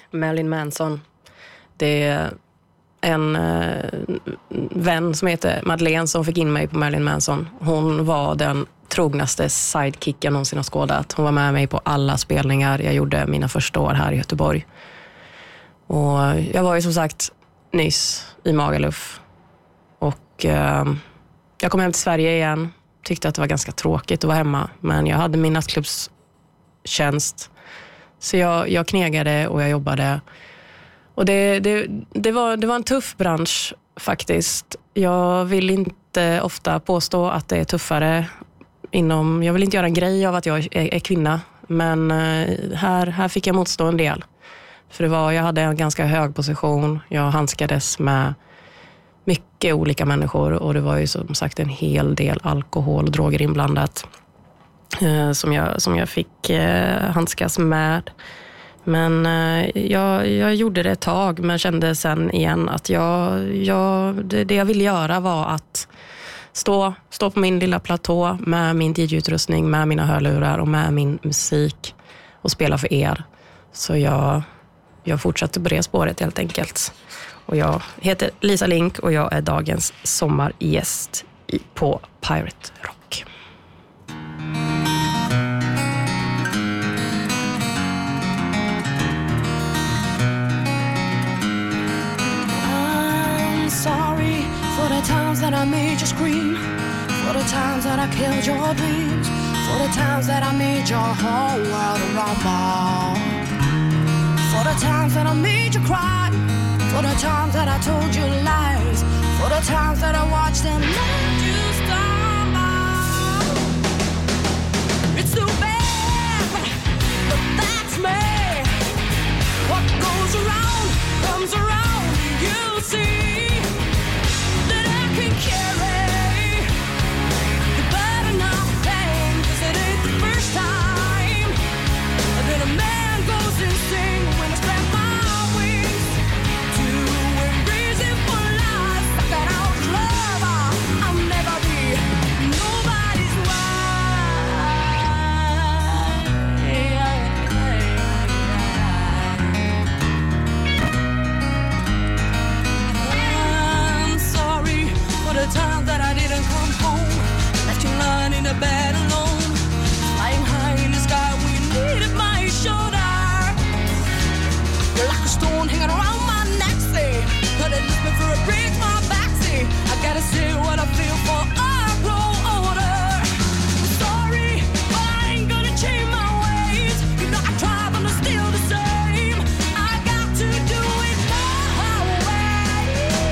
Marilyn Manson. Det är en eh, vän som heter Madeleine som fick in mig på Marilyn Manson. Hon var den trognaste sidekick jag någonsin har skådat. Hon var med mig på alla spelningar jag gjorde mina första år här i Göteborg. Och jag var ju som sagt nyss i Magaluf. Och eh, jag kom hem till Sverige igen. Tyckte att det var ganska tråkigt att vara hemma. Men jag hade min nattklubbstjänst. Så jag, jag knegade och jag jobbade. Och det, det, det, var, det var en tuff bransch faktiskt. Jag vill inte ofta påstå att det är tuffare inom... Jag vill inte göra en grej av att jag är, är kvinna. Men här, här fick jag motstå en del. För det var, jag hade en ganska hög position. Jag handskades med mycket olika människor. Och det var ju som sagt en hel del alkohol och droger inblandat. Eh, som, jag, som jag fick eh, handskas med. Men eh, jag, jag gjorde det ett tag. Men kände sen igen att jag, jag, det, det jag ville göra var att stå, stå på min lilla platå med min D J-utrustning, med mina hörlurar och med min musik. Och spela för er. Så jag... Jag fortsatte på det spåret helt enkelt. Och jag heter Lisa Link och jag är dagens sommargäst på Pirate Rock. I'm sorry for the times that I made you scream, for the times that I killed your dreams, for the times that I made your whole world rumble. For the times that I made you cry, for the times that I told you lies, for the times that I watched and let you stumble. It's too bad, but that's me. What goes around comes around. You see that I can carry the burden of pain, 'cause it ain't the first time that a man goes insane. When I spread my wings to embrace it for life, that out love I'll never be nobody's wife. I'm sorry for the time that I didn't come home, left you lying in the bed alone, flying high in the sky when you needed my shoulder. You're like a stone hanging around my neck, say, but it left me for a break, my back, say, I gotta say what I feel for I grow older. Sorry, but I ain't gonna change my ways. You know I try, but I'm still the same. I got to do it my way.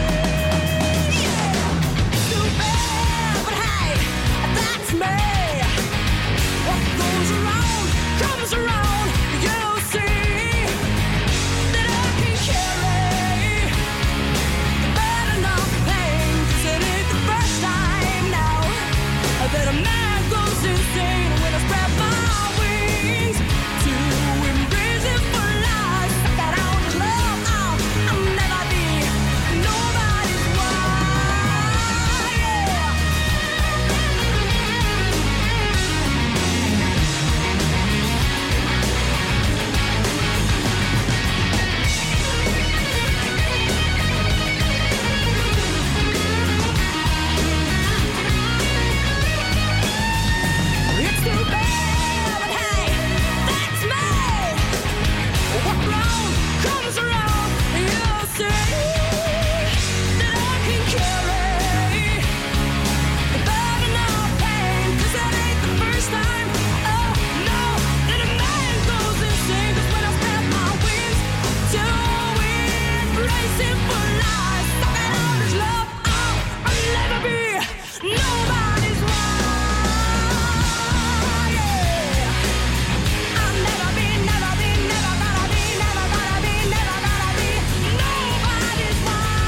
Yeah, it's too bad, but hey, that's me. What goes around comes around. You see that I can carry the burden of pain, 'cause it ain't the first time now that a man goes insane. When I spread my wings to embrace it for life, that out of love I'll, I'll never be nobody's wife. Yeah. It's too bad, but hey, that's me. What round comes around, you'll see that I can carry the burden of pain, 'cause that ain't the first time, oh no, that a man goes insane. 'Cause when I spread my wings to embrace it for life, that out is love, I'll, I'll never be nobody's wife. Yeah. I'll never be, never be, never gonna be, never gonna be, never gonna be nobody's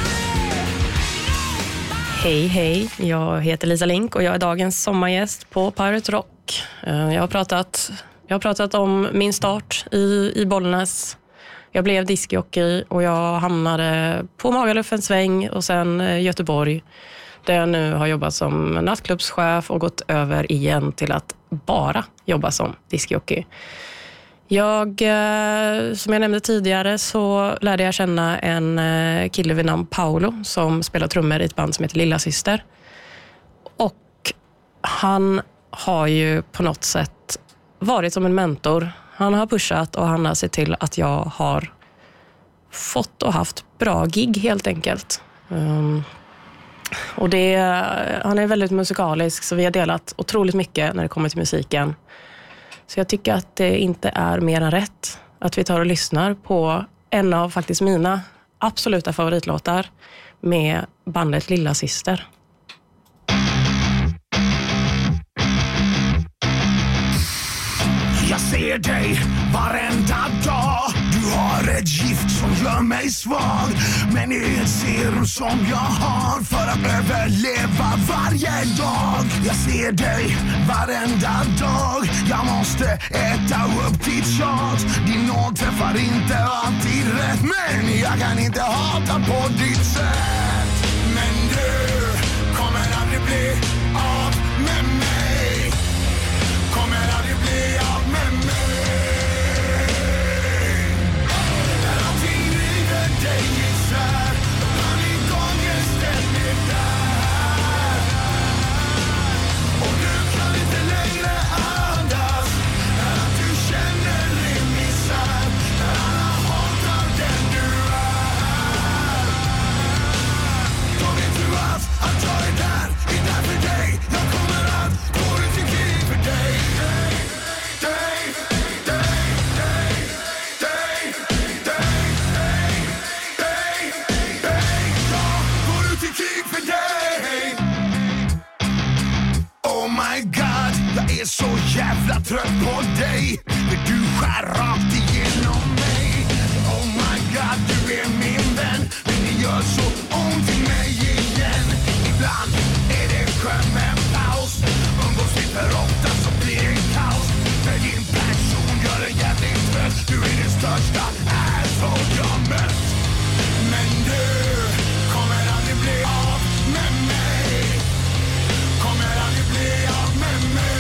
wife. Hej, hej. Jag heter Lisa Link och jag är dagens sommargäst på Pirate Rock. Eh, Jag har pratat, jag har pratat om min start i, i Bollnäs. Jag blev diskjockey och jag hamnade på Magaluf en sväng och sen eh, Göteborg. Där jag nu har jobbat som nattklubbschef och gått över igen till att bara jobba som diskjockey. Jag, eh, som jag nämnde tidigare, så lärde jag känna en eh, kille vid namn Paolo som spelar trummor i ett band som heter Lilla Syster. Och han har ju på något sätt varit som en mentor. Han har pushat och han har sett till att jag har fått och haft bra gig helt enkelt. Um, och det, han är väldigt musikalisk, så vi har delat otroligt mycket när det kommer till musiken. Så jag tycker att det inte är mer än rätt att vi tar och lyssnar på en av faktiskt mina absoluta favoritlåtar med bandet Lilla Syster. Jag ser dig varenda dag. Du har ett gift som gör mig svag. Men det är ett serum som jag har för att överleva varje dag. Jag ser dig varenda dag. Jag måste äta upp ditt tjat. Din nåd träffar inte alltid rätt, men jag kan inte hata på ditt sätt. Men du kommer aldrig bli av med mig. Kommer aldrig bli av med mig. När allting river dig isär, panikångest ständig där. Och du kan inte längre andas. När att du känner din misär. När alla hatar den du är. Då vet du att, att jag är där, är där för dig. Jag kommer att gå ut i krig för dig. Jag är så jävla trött på dig, för du skär rakt igenom mig. Oh my god, du är min vän, men det gör så ont i mig igen. Ibland är det skönt med en paus. Umgås vi för ofta så blir det kaos. För din person gör det jävligt trött. Du är den största asshole jag mött. Men du kommer aldrig bli av med mig. Kommer aldrig bli av med mig.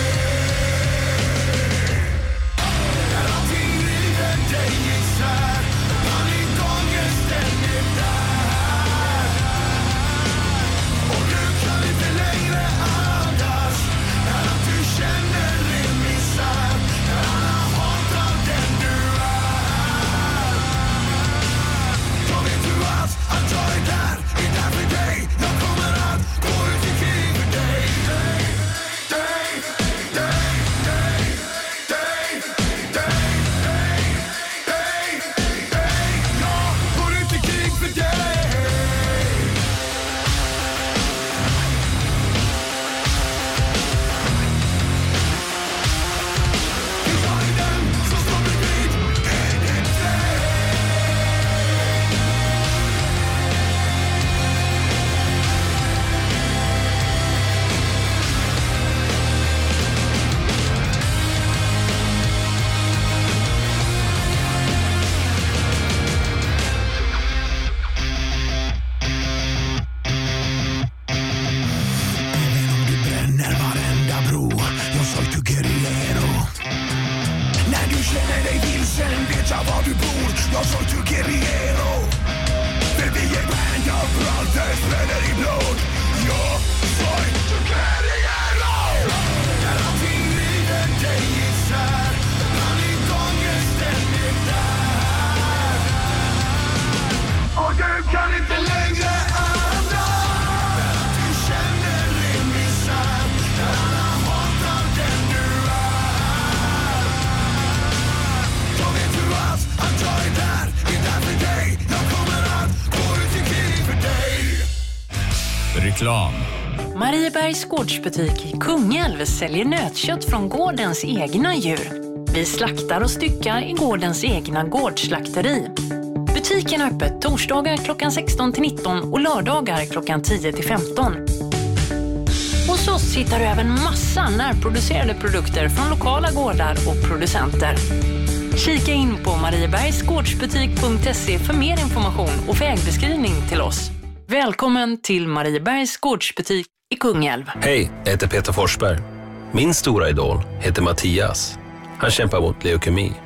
Reklam. Mariebergs gårdsbutik i Kungälv säljer nötkött från gårdens egna djur. Vi slaktar och styckar i gårdens egna gårdsslakteri. Butiken är öppet torsdagar klockan sexton till nitton och lördagar klockan tio till femton. Hos oss hittar du även massa närproducerade produkter från lokala gårdar och producenter. Kika in på mariebergsgårdsbutik punkt se för mer information och vägbeskrivning till oss. Välkommen till Mariebergs gårdsbutik i Kungälv. Hej, jag heter Peter Forsberg. Min stora idol heter Mattias. Han kämpar mot leukemi.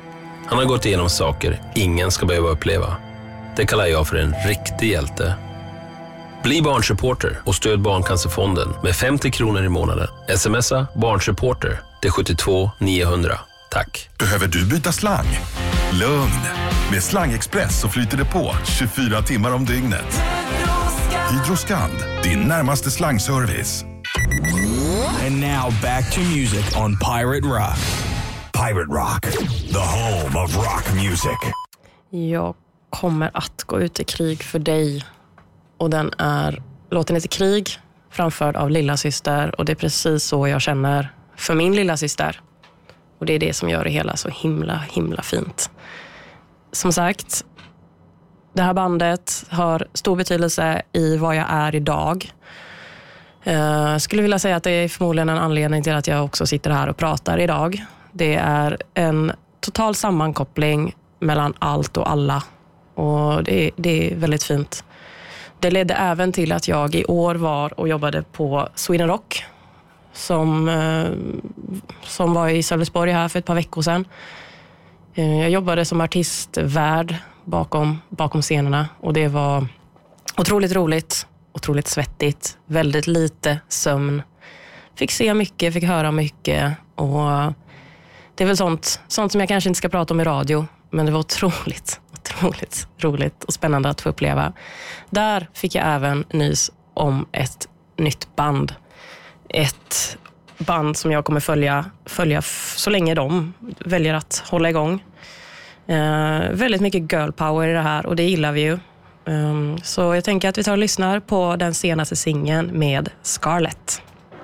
Han har gått igenom saker ingen ska behöva uppleva. Det kallar jag för en riktig hjälte. Bli barnsupporter och stöd Barncancerfonden med femtio kronor i månaden. Smsa barnsupporter till sjuttiotvå niohundra. Tack. Behöver du byta slang? Lugn. Med Slangexpress så flyter det på tjugofyra timmar om dygnet. Hydroskand, din närmaste slangservice. And now back to music on Pirate Rock. Pirate Rock, the home of rock music. Jag kommer att gå ut i krig för dig. Och den är, låten heter Krig, framförd av Lilla Syster. Och det är precis så jag känner för min lilla syster. Och det är det som gör det hela så himla, himla fint. Som sagt, det här bandet har stor betydelse i vad jag är idag. Jag skulle vilja säga att det är förmodligen en anledning till att jag också sitter här och pratar idag. Det är en total sammankoppling mellan allt och alla. Och det är, det är väldigt fint. Det ledde även till att jag i år var och jobbade på Sweden Rock. Som, som var i Sölvesborg här för ett par veckor sedan. Jag jobbade som artistvärd bakom, bakom scenerna. Och det var otroligt roligt. Otroligt svettigt. Väldigt lite sömn. Fick se mycket, fick höra mycket. Och det är väl sånt, sånt som jag kanske inte ska prata om i radio. Men det var otroligt, otroligt roligt och spännande att få uppleva. Där fick jag även nys om ett nytt band. Ett band som jag kommer följa, följa f- så länge de väljer att hålla igång. Eh, väldigt mycket girl power i det här och det gillar vi ju. Um, så jag tänker att vi tar och lyssnar på den senaste singeln med Scarlett.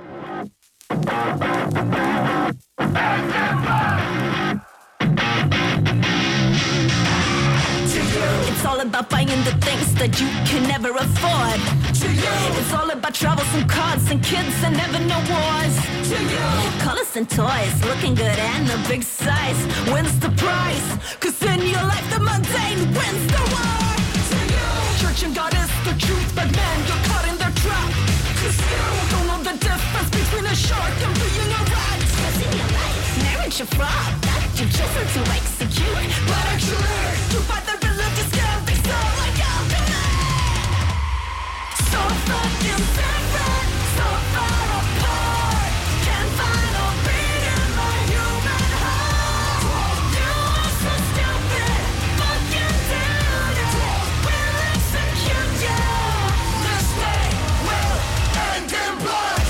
It's all about buying the things that you can never afford. To you. It's all about travels and cards and kids and never no wars. To you. Colors and toys, looking good and a big size wins the prize. Cause in your life the mundane wins the war. To you. Church and God is the truth, but man, you're caught in their trap. Cause you don't know the difference between a shark and being a rat. Cause in your life, marriage a fraud that you've chosen to execute. But actually, you fight the religious skeptics all like alchemy. So fucking different, so far apart. Can't find a beat in my human heart. You are so stupid, fucking dude. We'll execute you. This day will end in blood.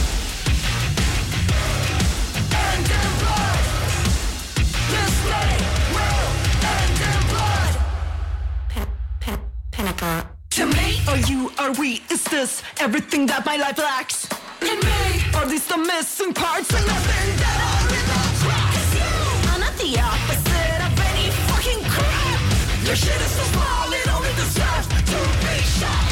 End in blood. This day will end in blood. To me, or you, or we, is this everything that my life lacks? In me, are these the missing parts and nothing that I without cracks? I'm not the opposite of any fucking crap. Your shit is so small, it only deserves to be shot.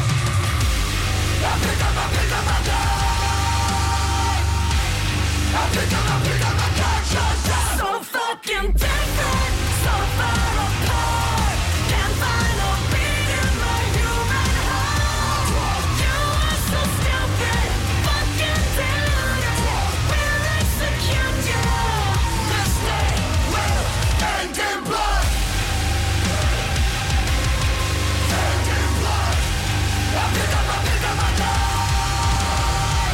I pick up, I pick up, I die. I pick up, I pick up, I die. So fucking different, so far apart. Can't find a beat in my human heart. You are so stupid, fucking dude. We'll execute you. This day will end in blood. End in blood. I pick up, I pick up, I die.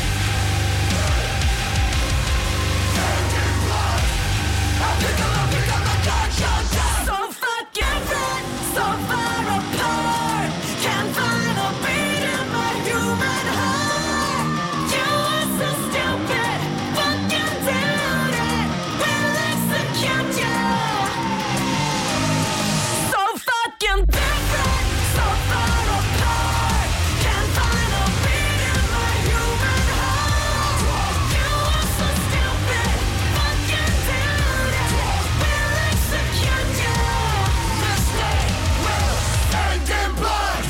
End in blood. I pick up, I pick up, I die. So fucking red, so far apart. Can't find a beat in my human heart. You are so stupid, fucking dude. We'll execute you. So fucking different, so far apart. Can't find a beat in my human heart. You are so stupid, fucking dude. We'll execute you. This day will end in blood.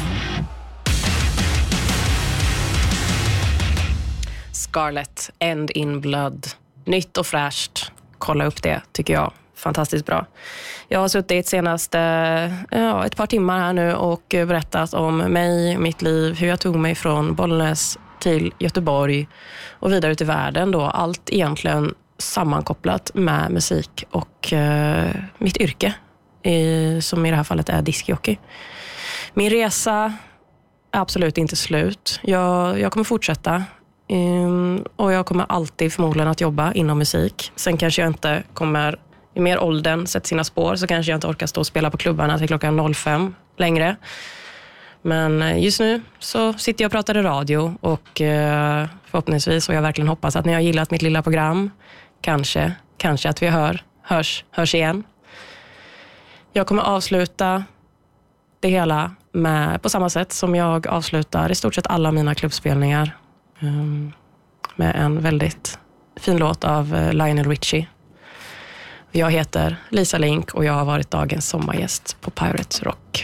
Scarlett, End in Blood. Nytt och fräscht. Kolla upp det, tycker jag. Fantastiskt bra. Jag har suttit senaste ja, ett par timmar här nu och berättat om mig, mitt liv, hur jag tog mig från Bollnäs till Göteborg och vidare ut i världen då. Allt egentligen sammankopplat med musik och uh, mitt yrke, i, som i det här fallet är diskjockey. Min resa är absolut inte slut. Jag, jag kommer fortsätta um, och jag kommer alltid förmodligen att jobba inom musik. Sen kanske jag inte kommer, i mer åldern, sätta sina spår, så kanske jag inte orkar stå och spela på klubbarna till klockan noll fem längre. Men just nu så sitter jag och pratar i radio och uh, förhoppningsvis, och jag verkligen hoppas att ni har gillat mitt lilla program, kanske, kanske att vi hör, hörs, hörs igen. Jag kommer avsluta det hela med, på samma sätt som jag avslutar i stort sett alla mina klubbspelningar, um, med en väldigt fin låt av uh, Lionel Richie. Jag heter Lisa Link och jag har varit dagens sommargäst på Pirate Rock.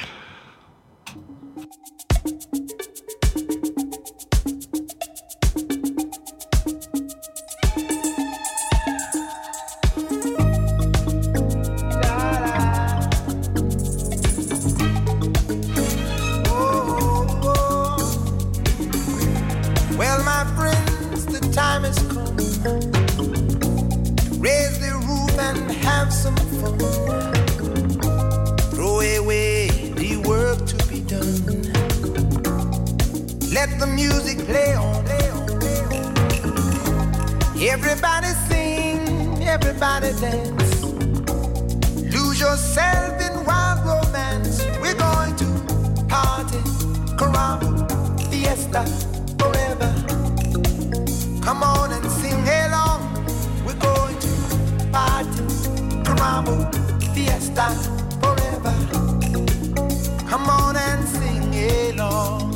Let the music play on. Everybody sing, everybody dance. Lose yourself in wild romance. We're going to party, caramba, fiesta, forever. Come on and sing along. We're going to party, caramba, fiesta, forever. Come on and sing along.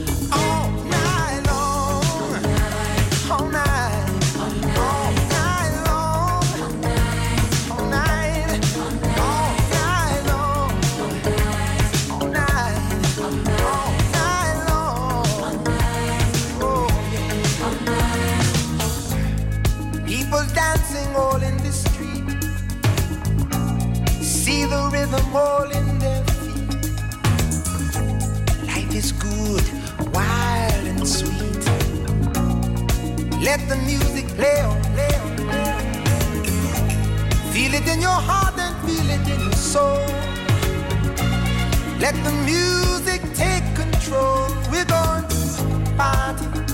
All in the street, see the rhythm all in their feet. Life is good, wild and sweet. Let the music play on, play on, play on. Feel it in your heart and feel it in your soul. Let the music take control. We're going to party,